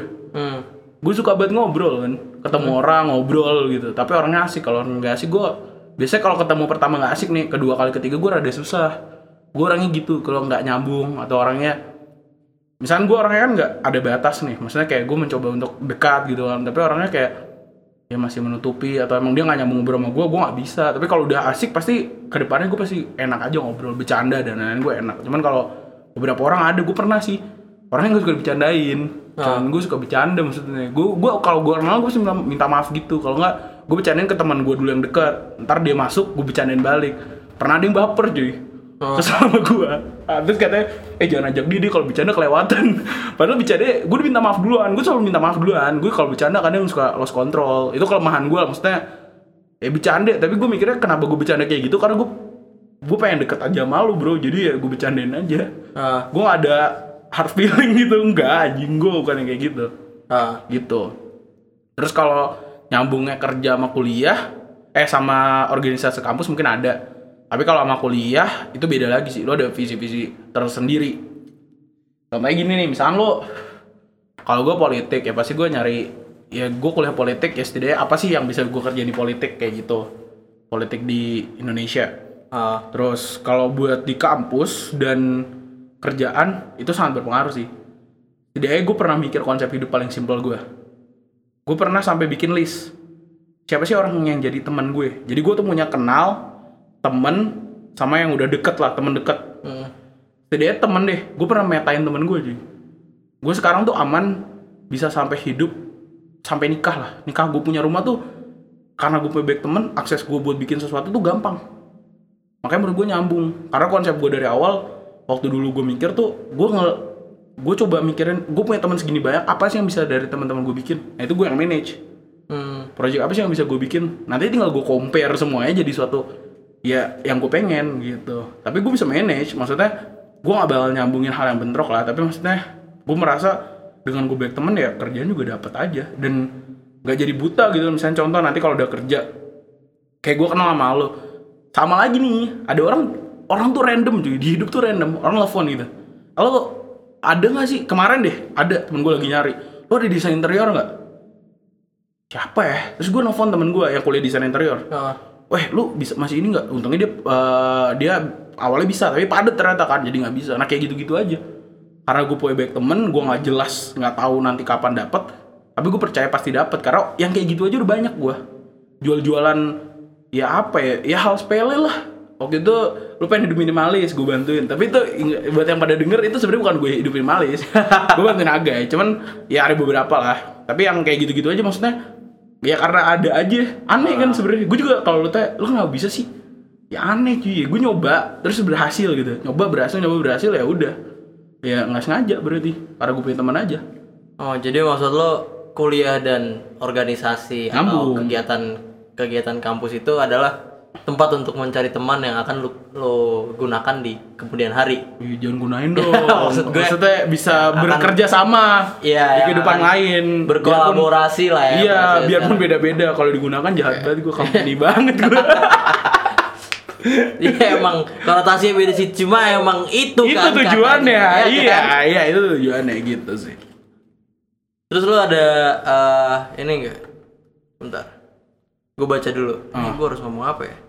Speaker 2: Gue suka banget ngobrol kan, ketemu orang ngobrol gitu. Tapi orangnya asik. Kalau orang nggak asik, gue biasanya kalau ketemu pertama nggak asik nih, kedua kali ketiga gue rada susah. Gue orangnya gitu, kalau nggak nyambung atau orangnya, misalnya gue orangnya kan nggak ada batas nih, maksudnya kayak gue mencoba untuk dekat gitu kan, tapi orangnya kayak ya masih menutupi, atau emang dia nggak nyambung ngobrol sama gue nggak bisa. Tapi kalau udah asik pasti kedepannya gue pasti enak aja ngobrol, bercanda dan lain-lain, gue enak. Cuman kalau beberapa orang ada, gue pernah sih orangnya gue suka bercandain. Cuman gue suka bercanda, maksudnya gue kalau gue kenal gue sih minta maaf gitu. Kalau nggak gue bercandain ke teman gue dulu yang dekat, ntar dia masuk gue bercandain balik. Pernah ada yang baper cuy kesel sama gue. Terus katanya jangan ajak dia kalau bercanda kelewatan. Padahal bercanda gue udah minta maaf duluan. Gue selalu minta maaf duluan. Gue kalau bercanda kadang suka lost control. Itu kelemahan gue, maksudnya bercanda, tapi gue mikirnya kenapa gue bercanda kayak gitu, karena gue pengen deket aja sama lu bro, jadi ya gue bercandain aja. Gue gak ada hard feeling gitu, enggak, anjing, gue bukan yang kayak gitu. Gitu. Terus kalau nyambungnya kerja sama kuliah, sama organisasi kampus mungkin ada. Tapi kalau sama kuliah itu beda lagi sih, lo ada visi-visi tersendiri. Contohnya gini nih, misalnya lo, kalau gue politik ya pasti gue nyari, ya gue kuliah politik ya setidaknya apa sih yang bisa gue kerjain di politik kayak gitu, politik di Indonesia. Terus kalau buat di kampus dan kerjaan itu sangat berpengaruh sih. Setidaknya gue pernah mikir konsep hidup paling simpel gue. Gue pernah sampai bikin list siapa sih orang yang jadi teman gue. Jadi gue tuh punya kenal temen sama yang udah deket lah, temen deket. Setidaknya temen deh, gue pernah metain temen gue aja. Gue sekarang tuh aman, bisa sampai hidup, sampai nikah lah. Nikah, gue punya rumah tuh karena gue punya baik temen, akses gue buat bikin sesuatu tuh gampang. Makanya menurut gue nyambung. Karena konsep gue dari awal, waktu dulu gue mikir tuh, gue coba mikirin, gue punya teman segini banyak, apa sih yang bisa dari teman-teman gue bikin? Nah itu gue yang manage. Project apa sih yang bisa gue bikin? Nanti tinggal gue compare semuanya jadi suatu ya yang gue pengen gitu. Tapi gue bisa manage, maksudnya gue gak bakal nyambungin hal yang bentrok lah. Tapi maksudnya gue merasa dengan gue baik temen ya kerjaan juga dapet aja, dan gak jadi buta gitu. Misalnya contoh nanti kalau udah kerja, kayak gue kenal sama lo, sama lagi nih ada orang tuh random cuy, di hidup tuh random, orang telepon gitu, lo ada gak sih, kemarin deh ada temen gue lagi nyari, lo ada desain interior gak? Siapa ya? Terus gue nelfon temen gue yang kuliah desain interior. Weh, lu bisa masih ini nggak? Untungnya dia awalnya bisa, tapi padat ternyata kan, jadi nggak bisa. Nah kayak gitu-gitu aja. Karena gue punya banyak temen, gue nggak jelas, nggak tahu nanti kapan dapat. Tapi gue percaya pasti dapat, karena yang kayak gitu aja udah banyak gue. Jual-jualan, ya apa ya? Ya hal sepele lah. Waktu itu lu pengen hidup minimalis, gue bantuin. Tapi itu buat yang pada denger itu sebenarnya bukan gue hidup minimalis. Gue bantuin Agai, cuman ya ada beberapa lah. Tapi yang kayak gitu-gitu aja maksudnya. Ya karena ada aja, aneh kan sebenarnya. Gue juga kalau lu kenapa bisa sih? Ya aneh cuy, gue nyoba terus berhasil gitu. Nyoba berhasil ya udah. Ya nggak sengaja berarti, karena gue punya teman aja.
Speaker 1: Oh jadi maksud lo kuliah dan organisasi atau kegiatan kampus itu adalah tempat untuk mencari teman yang akan lo gunakan di kemudian hari.
Speaker 2: Jangan gunain dong. Maksudnya bisa bekerja sama di kehidupan lain,
Speaker 1: berkolaborasi lah ya.
Speaker 2: Iya, biarpun beda-beda, kalau digunakan jahat banget gue, company banget gue.
Speaker 1: Iya emang konotasinya beda sih, cuma emang itu kan
Speaker 2: tujuannya. Iya itu tujuannya gitu sih.
Speaker 1: Terus lo ada ini enggak? Bentar. Gue baca dulu. Ini gue harus ngomong apa ya?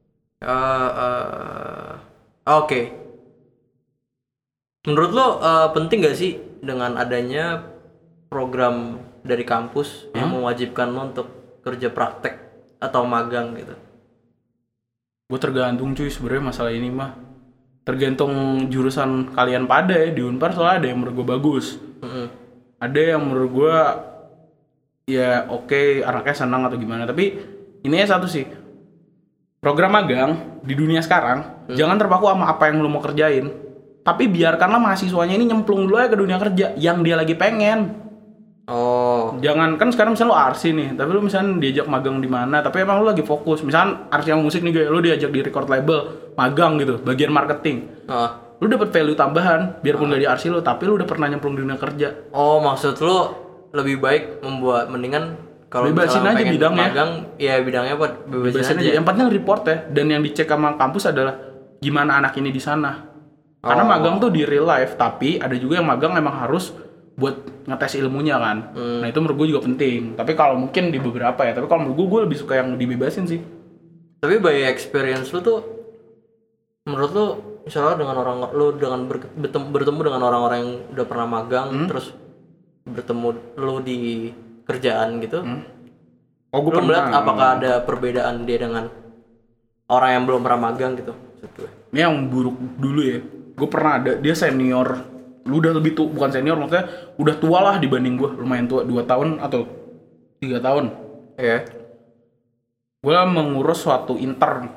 Speaker 1: Oke. Menurut lo penting gak sih dengan adanya program dari kampus yang mewajibkan lo untuk kerja praktek atau magang gitu?
Speaker 2: Gue tergantung cuy sebenarnya masalah ini mah. Tergantung jurusan kalian pada ya. Di Unpar soalnya ada yang menurut gue bagus. Ada yang menurut gue ya oke, anaknya senang atau gimana. Tapi ini satu sih. Program magang di dunia sekarang jangan terpaku sama apa yang lu mau kerjain. Tapi biarkanlah mahasiswanya ini nyemplung dulu aja ke dunia kerja yang dia lagi pengen.
Speaker 1: Oh.
Speaker 2: Jangan kan sekarang misalnya lu arsi nih, tapi lu misalnya diajak magang di mana, tapi emang lu lagi fokus. Misalnya arsi yang musik nih gue, lu diajak di record label, magang gitu, bagian marketing. Lu dapat value tambahan, biarpun gak di arsi lu, tapi lu udah pernah nyemplung di dunia kerja.
Speaker 1: Oh, maksud lu lebih baik mendingan kalau
Speaker 2: bebasin aja bidangnya.
Speaker 1: Magang, ya bidangnya apa? Bebasin aja.
Speaker 2: Yang penting report ya, dan yang dicek sama kampus adalah gimana anak ini di sana. Karena magang tuh di real life, tapi ada juga yang magang emang harus buat ngetes ilmunya kan. Nah itu menurut gue juga penting. Tapi kalau mungkin di beberapa ya, tapi kalau menurut gue lebih suka yang dibebasin sih. Tapi
Speaker 1: by experience lu tuh, menurut lu misalnya dengan bertemu dengan orang-orang yang udah pernah magang, terus bertemu lu di kerjaan gitu, lu melihat apakah ada perbedaan dia dengan orang yang belum pernah magang gitu?
Speaker 2: Ini yang buruk dulu ya. Gue pernah ada, dia senior, lu udah lebih tua, bukan senior maksudnya udah tua lah dibanding gue, lumayan tua, 2 tahun atau 3 tahun.
Speaker 1: Iya.
Speaker 2: Gue mengurus suatu intern.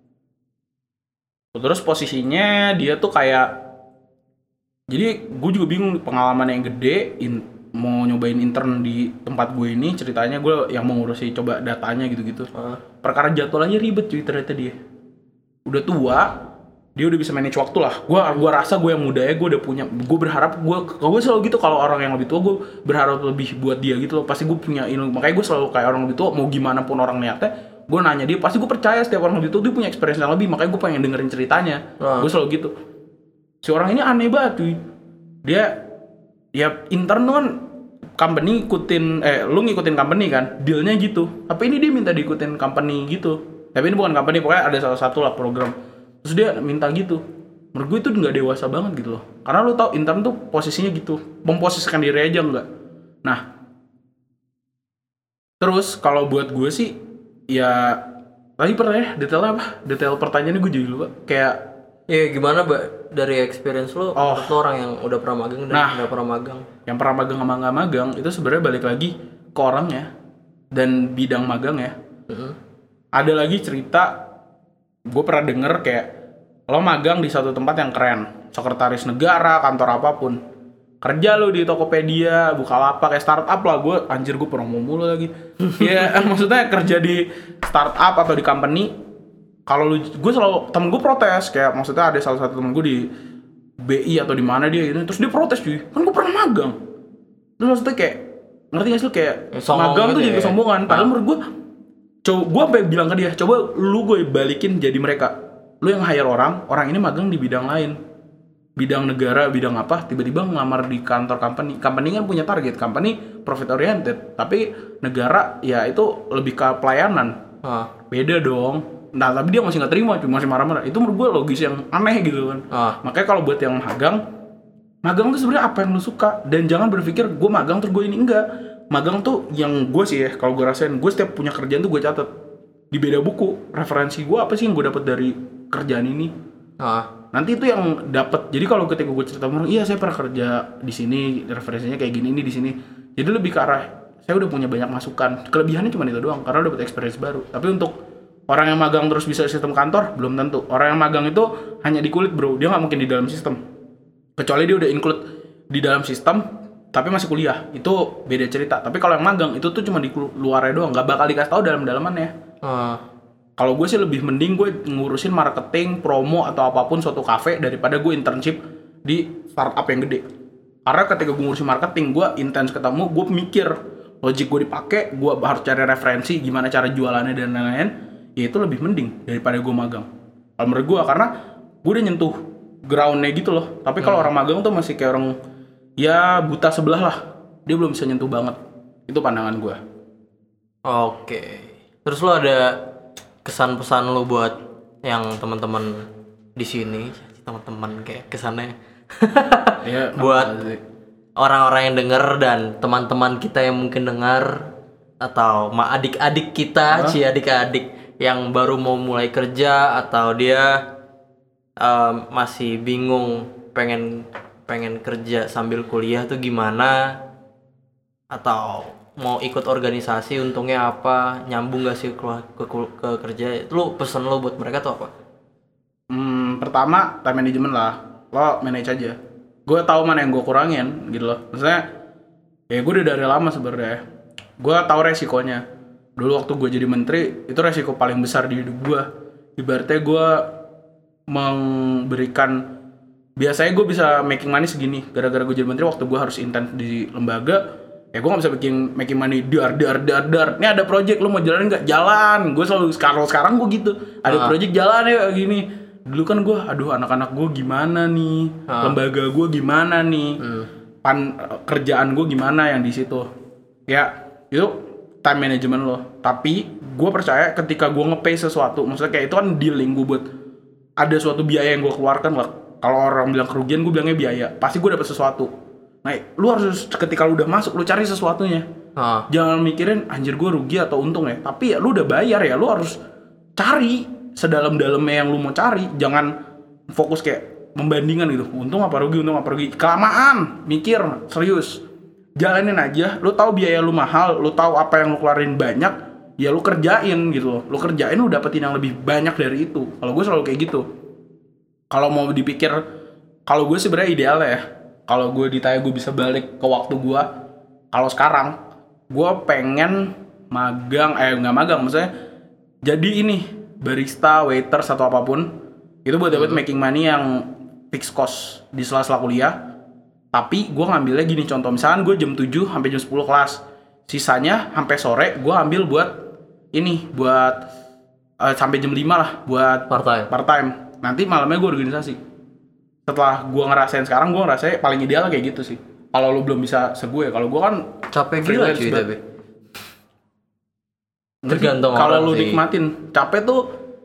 Speaker 2: Terus posisinya dia tuh kayak, jadi gue juga bingung pengalaman yang gede, mau nyobain intern di tempat gue ini, ceritanya gue yang mengurusi coba datanya gitu-gitu. Perkara jadwalnya ribet cuy ternyata dia. Udah tua, dia udah bisa manage waktu lah. Gue rasa gue yang muda ya, gue udah punya, gue berharap gue selalu gitu kalau orang yang lebih tua, gue berharap lebih buat dia gitu loh. Pasti gue punya ilmu, makanya gue selalu kayak orang lebih tua, mau gimana pun orang niatnya, gue nanya dia, pasti gue percaya setiap orang lebih tua dia punya experience yang lebih, makanya gue pengen dengerin ceritanya. Gue selalu gitu. Si orang ini aneh banget cuy. Dia ya intern tuh kan company lu ngikutin company kan, dealnya gitu. Tapi ini dia minta diikutin company gitu. Tapi ini bukan company, pokoknya ada salah satu lah program. Terus dia minta gitu. Menurut gue itu nggak dewasa banget gitu loh. Karena lu tau intern tuh posisinya gitu, memposisikan diri aja enggak. Nah, terus kalau buat gue sih, ya tadi pernah detailnya apa? Detail pertanyaannya gue jadi lupa. Kayak
Speaker 1: gimana dari experience lu, menurut lu orang yang udah pernah magang dan nggak pernah magang?
Speaker 2: Yang pernah magang sama nggak magang itu sebenarnya balik lagi ke orangnya dan bidang magang ya. Ada lagi cerita, gue pernah denger kayak lo magang di satu tempat yang keren, sekretaris negara, kantor apapun, kerja lo di Tokopedia, Bukalapak, kayak startup lah. Gue promo mulu lagi. Ya maksudnya kerja di startup atau di company. Kalau gue selalu, temen gue protes, kayak maksudnya ada salah satu temen gue di BI atau di mana dia gitu, terus dia protes cuy, kan gue pernah magang. Terus maksudnya kayak, ngerti gak sih kayak magang tuh jadi kesombongan. Padahal menurut gue sampai bilang ke dia, coba lu gue balikin jadi mereka. Lu yang hire orang ini magang di bidang lain, bidang negara, bidang apa, tiba-tiba ngelamar di kantor company kan punya target, company profit oriented, tapi negara ya itu lebih ke pelayanan. Beda dong. Nah tapi dia masih nggak terima, cuma masih marah-marah. Itu menurut gue logis yang aneh gitu kan. Makanya kalau buat yang magang tuh sebenarnya apa yang lu suka, dan jangan berpikir gue magang terus gue ini. Enggak. Magang tuh yang gue sih ya, kalau gue rasain, gue setiap punya kerjaan tuh gue catat di beda buku, referensi gue apa sih yang gue dapat dari kerjaan ini. Nanti itu yang dapat. Jadi kalau ketika gue cerita orang, iya saya pernah kerja di sini, referensinya kayak gini, ini di sini. Jadi lebih ke arah saya udah punya banyak masukan. Kelebihannya cuma itu doang, karena udah dapat experience baru. Tapi untuk orang yang magang terus bisa sistem kantor, belum tentu. Orang yang magang itu hanya di kulit bro, dia nggak mungkin di dalam sistem. Kecuali dia udah include di dalam sistem, tapi masih kuliah, itu beda cerita. Tapi kalau yang magang itu tuh cuma di luarnya doang, nggak bakal dikasih tahu dalam-dalamannya. Kalau gue sih lebih mending gue ngurusin marketing, promo atau apapun suatu cafe daripada gue internship di startup yang gede. Karena ketika gue ngurusin marketing, gue intens ketemu, gue mikir logik gue dipakai, gue harus cari referensi gimana cara jualannya dan lain-lain. Ya itu lebih mending daripada gue magang. Kalau menurut gue, karena gue udah nyentuh groundnya gitu loh. Tapi kalau orang magang tuh masih kayak orang ya buta sebelah lah, dia belum bisa nyentuh banget. Itu pandangan gue.
Speaker 1: Oke. Terus lo ada kesan-pesan lo buat yang teman-teman di sini, teman-teman kayak kesannya
Speaker 2: ya,
Speaker 1: buat orang-orang yang denger dan teman-teman kita yang mungkin dengar, atau adik-adik kita, adik-adik yang baru mau mulai kerja atau dia masih bingung pengen kerja sambil kuliah tuh gimana, atau mau ikut organisasi untungnya apa, nyambung gak sih ke kerja, lu pesan lo buat mereka tuh apa?
Speaker 2: Pertama time management lah, lo manage aja. Gue tahu mana yang gue kurangin gitu loh. Maksudnya ya gue udah dari lama sebenarnya. Gue tahu resikonya. Dulu waktu gue jadi menteri itu resiko paling besar di hidup gue. Ibaratnya gue memberikan, biasanya gue bisa making money segini gara-gara gue jadi menteri. Waktu gue harus intern di lembaga, ya gue nggak bisa making money dar. Ini ada project, lu mau jalan nggak? Jalan. Gue selalu sekarang gue gitu. Ada project jalan ya gini. Dulu kan gue, aduh anak-anak gue gimana nih, lembaga gue gimana nih, kerjaan gue gimana yang di situ. Ya itu time management lo. Tapi gue percaya ketika gue nge-pay sesuatu, maksudnya kayak itu kan dealing gue buat ada suatu biaya yang gue keluarkan lah. Kalau orang bilang kerugian, gue bilangnya biaya. Pasti gue dapat sesuatu. Nah, lu harus ketika lu udah masuk, lu cari sesuatunya. Jangan mikirin anjir gue rugi atau untung ya. Tapi ya lu udah bayar ya, lu harus cari sedalam-dalamnya yang lu mau cari. Jangan fokus kayak membandingkan gitu. Untung apa rugi. Kelamaan mikir, serius. Jalanin aja. Lu tahu biaya lu mahal, lu tahu apa yang lu keluarin banyak, ya lu kerjain gitu loh. Lu kerjain, lu dapetin yang lebih banyak dari itu. Kalau gue selalu kayak gitu. Kalau mau dipikir, kalau gue sebenarnya ideal ya, kalau gue ditanya gue bisa balik ke waktu gue, kalau sekarang gue pengen nggak magang, maksudnya jadi ini barista, waiter, atau apapun itu buat dapat making money yang fixed cost di sela-sela kuliah. Tapi gue ngambilnya gini, contoh misalkan gue jam 7 sampai jam 10 kelas, sisanya sampai sore gue ambil buat ini, buat sampai jam 5 lah buat part time. Nanti malamnya gue organisasi. Setelah gue ngerasain sekarang, gue ngerasain paling ideal kayak gitu sih. Kalau lu belum bisa segue, kalau gue kan
Speaker 1: capek gila cuy tapi. Tergantung
Speaker 2: kalau lu nikmatin. Capek tuh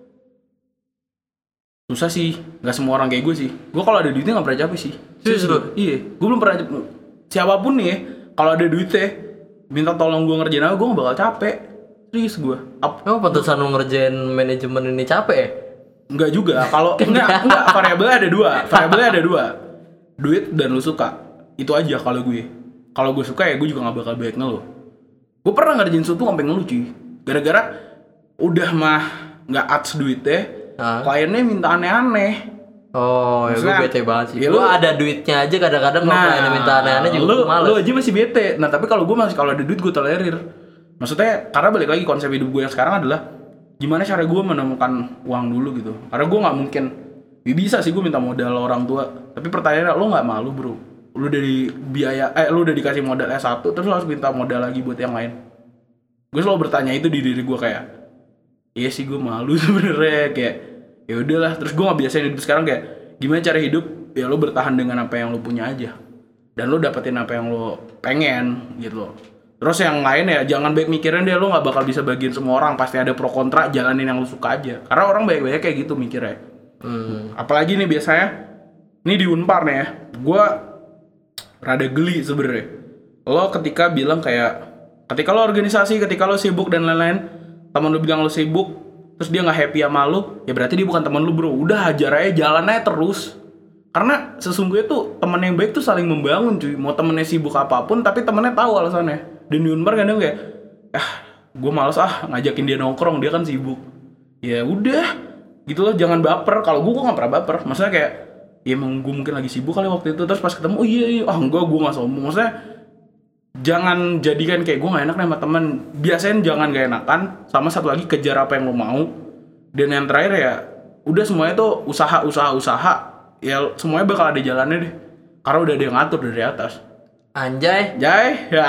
Speaker 2: susah sih, nggak semua orang kayak gue sih. Gue kalau ada duitnya nggak pernah capek sih.
Speaker 1: Serius lu?
Speaker 2: Iya, gue belum pernah. Siapapun nih ya, kalau ada duitnya minta tolong gue ngerjain apa, gue nggak bakal capek. Serius gue.
Speaker 1: Oh, pantesan lu ngerjain manajemen ini capek ya?
Speaker 2: Enggak juga. Kalau enggak variabelnya ada dua. Duit dan lu suka. Itu aja kalau gue. Kalau gue suka ya gue juga nggak bakal banyak ngeluh. Gue pernah ngerjain sesuatu sampai ngeluh cuy. Gara-gara udah mah nggak ads duitnya, kliennya minta aneh-aneh.
Speaker 1: Oh, ya gue bete banget sih. Ya, gue ada duitnya aja kadang-kadang kalau kliennya minta aneh-aneh juga males.
Speaker 2: Lu aja masih bete. Nah tapi kalau gue masih, kalau ada duit gue tolerir. Maksudnya karena balik lagi konsep hidup gue yang sekarang adalah gimana cara gue menemukan uang dulu gitu. Karena gue nggak mungkin, bisa sih gue minta modal orang tua. Tapi pertanyaannya, lo nggak malu bro? Lu udah dikasih modal S1 terus lu harus minta modal lagi buat yang lain. Gue selalu bertanya itu di diri gue kayak, iya sih gue malu sebenarnya, kayak ya udahlah. Terus gue nggak biasain hidup sekarang kayak gimana cara hidup ya lo bertahan dengan apa yang lo punya aja dan lo dapetin apa yang lo pengen gitu loh. Terus yang lain ya jangan baik mikirin deh, lo nggak bakal bisa bagiin semua orang, pasti ada pro kontra, jalanin yang lo suka aja. Karena orang banyak kayak gitu mikirnya. Apalagi nih biasanya nih di Unpar nih ya, gue rada geli sebenarnya. Lo ketika bilang kayak, ketika lo organisasi, ketika lo sibuk dan lain-lain, teman lo bilang lo sibuk, terus dia nggak happy sama lo, ya berarti dia bukan teman lo bro. Udah hajar aja, jalan aja terus. Karena sesungguhnya tuh teman yang baik tuh saling membangun cuy. Mau temennya sibuk apapun, tapi temennya tahu alasannya. Dan di Unpar kadang kayak, gue males ngajakin dia nongkrong, dia kan sibuk. Ya udah, gitu loh, jangan baper. Kalau gue nggak pernah baper. Maksudnya kayak, ya emang gue mungkin lagi sibuk kali waktu itu, terus pas ketemu, oh iya, enggak, gue nggak sombong. Maksudnya jangan jadikan kayak gue nggak enak nih sama teman. Biasain jangan gak enakan. Sama satu lagi, kejar apa yang lo mau. Dan yang terakhir ya, udah semuanya tuh usaha. Ya semuanya bakal ada jalannya deh. Karena udah ada yang ngatur dari atas.
Speaker 1: Anjay.
Speaker 2: Ya.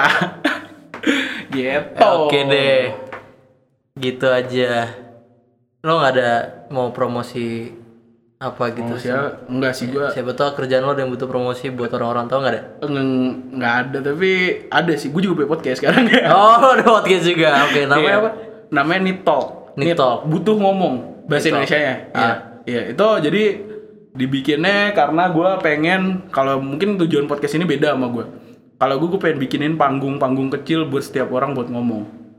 Speaker 2: Gitu.
Speaker 1: Oke deh. Gitu aja. Lo nggak ada mau promosi apa gitu sih?
Speaker 2: Enggak sih gue.
Speaker 1: Siapa tahu kerjaan lo ada yang butuh promosi buat orang-orang tahu nggak ada?
Speaker 2: Nggak ada, tapi ada sih. Gue juga punya podcast sekarang ya.
Speaker 1: Oh, ada podcast juga. Oke, namanya apa?
Speaker 2: Namanya Nitalk. Butuh ngomong bahasa Indonesianya. Iya, itu jadi dibikinnya karena gue pengen, kalau mungkin tujuan podcast ini beda sama gue. Kalau gue pengen bikinin panggung kecil buat setiap orang buat ngomong.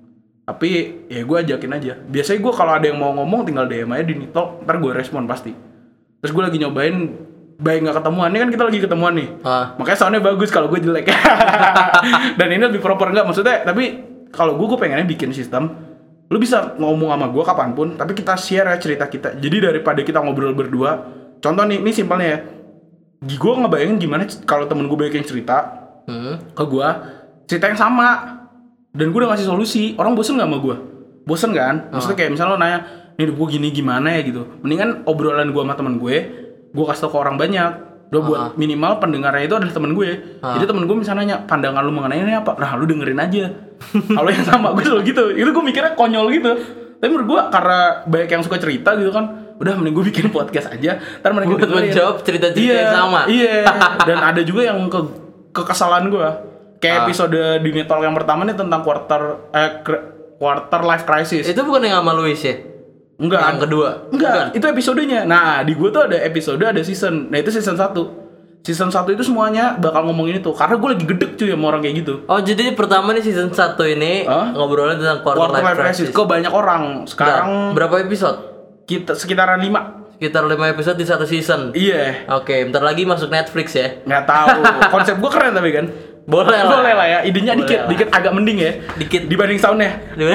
Speaker 2: Tapi ya gue ajakin aja. Biasanya gue kalau ada yang mau ngomong tinggal DM aja di Nitok, ntar gue respon pasti. Terus gue lagi nyobain baik nggak ketemuan, ini kan kita lagi ketemuan nih. Makanya soundnya bagus kalau gue jelek. Dan ini lebih proper nggak maksudnya. Tapi kalau gue pengennya bikin sistem, lu bisa ngomong sama gue kapanpun, tapi kita share ya cerita kita. Jadi daripada kita ngobrol berdua, contoh nih, ini simpelnya ya. Gue ngebayangin gimana kalau temen gue banyak yang cerita ke gue, cerita yang sama. Dan gue udah ngasih solusi. Orang bosen gak sama gue? Bosen kan? Maksudnya kayak misalnya lo nanya, nih gue gini gimana ya gitu. Mendingan obrolan gue sama temen gue kasih tau ke orang banyak. Udah buat minimal pendengarnya itu adalah temen gue. Jadi temen gue misalnya nanya, pandangan lu mengenai ini apa? Nah lu dengerin aja. Kalau yang sama gue selalu gitu. Itu gue mikirnya konyol gitu. Tapi menurut gue karena banyak yang suka cerita gitu kan, udah mending gue bikin podcast aja. Ntar mereka
Speaker 1: buat menjawab cerita-cerita yang sama.
Speaker 2: Iya. Dan ada juga yang kekesalan gue. Kayak episode di Netol yang pertama nih tentang quarter life crisis.
Speaker 1: Itu bukan yang sama Luis ya?
Speaker 2: Enggak.
Speaker 1: Yang kedua?
Speaker 2: Enggak, itu episodenya. Nah, di gue tuh ada episode, ada season. Nah, itu season 1. Season 1 itu semuanya bakal ngomongin itu. Karena gue lagi gedek cuy sama orang kayak gitu.
Speaker 1: Oh, jadi pertama nih season 1 ini ngobrolin tentang quarter life crisis.
Speaker 2: Kok banyak orang. Sekarang
Speaker 1: berapa episode?
Speaker 2: Kita sekitaran 5.
Speaker 1: Sekitar 5 episode di satu season.
Speaker 2: Iya.
Speaker 1: Oke, bentar lagi masuk Netflix ya.
Speaker 2: Nggak tahu. Konsep gue keren tapi kan.
Speaker 1: Boleh
Speaker 2: lah ya. Idenya dikit agak mending ya.
Speaker 1: Dikit
Speaker 2: dibanding soundnya.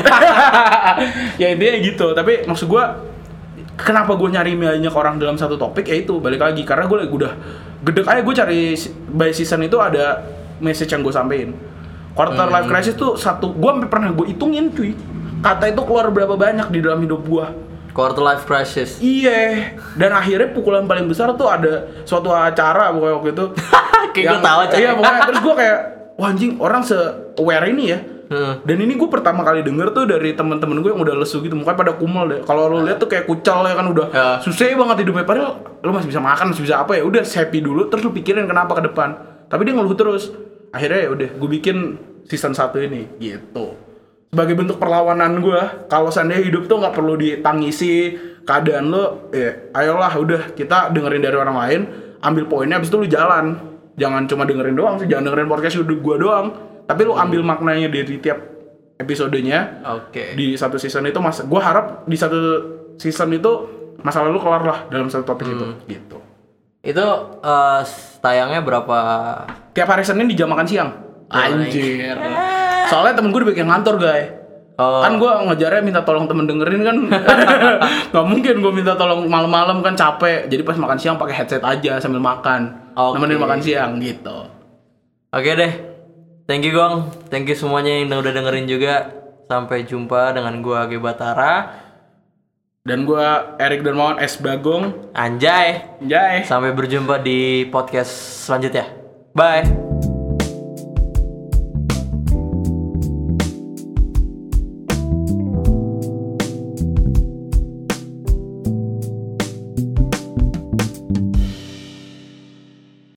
Speaker 2: Ya intinya gitu. Tapi maksud gue, kenapa gue nyari banyak orang dalam satu topik ya itu balik lagi karena gue udah gedek aja. Gue cari by season itu ada message yang gue sampein. Quarter life crisis tuh satu. Gue sampai pernah gue hitungin cuy. Kata itu keluar berapa banyak di dalam hidup gue.
Speaker 1: Quarter life crisis.
Speaker 2: Iya. Dan akhirnya pukulan paling besar tuh ada suatu acara pokoknya waktu itu.
Speaker 1: Kayak gue tahu acara.
Speaker 2: Iya pokoknya. Terus gue kayak, wah anjing orang se-aware ini ya. Dan ini gue pertama kali denger tuh dari teman-teman gue yang udah lesu gitu, mukanya pada kumel deh. Kalau lo lihat tuh kayak kucal ya kan, udah susah banget hidupnya. Padahal lo masih bisa makan, masih bisa apa ya. Udah happy dulu, terus lo pikirin kenapa ke depan. Tapi dia ngeluh terus. Akhirnya ya udah, gue bikin season 1 ini gitu. Sebagai bentuk perlawanan gue, kalau seandainya hidup tuh nggak perlu ditangisi keadaan lo, ya ayolah udah kita dengerin dari orang lain, ambil poinnya, abis itu lo jalan. Jangan cuma dengerin doang sih, jangan dengerin podcast gue doang. Tapi lu ambil maknanya dari tiap episodenya.
Speaker 1: Oke.
Speaker 2: Di satu season itu gue harap di satu season itu masalah lu kelar lah dalam satu topik itu. Gitu.
Speaker 1: Itu tayangnya berapa?
Speaker 2: Tiap hari Senin di jam makan siang. Anjir. Soalnya temen gue udah bikin ngantor guys. Kan gue ngejarnya minta tolong temen dengerin kan. Gak mungkin gue minta tolong malam-malam kan capek. Jadi pas makan siang pakai headset aja sambil makan. Nemenin makan siang gitu.
Speaker 1: Oke deh. Thank you Gong, thank you semuanya yang udah dengerin juga. Sampai jumpa dengan gua Hage Batara.
Speaker 2: Dan gua Erik Darmawan S. Bagong.
Speaker 1: Anjay.
Speaker 2: Anjay.
Speaker 1: Sampai berjumpa di podcast selanjutnya. Bye.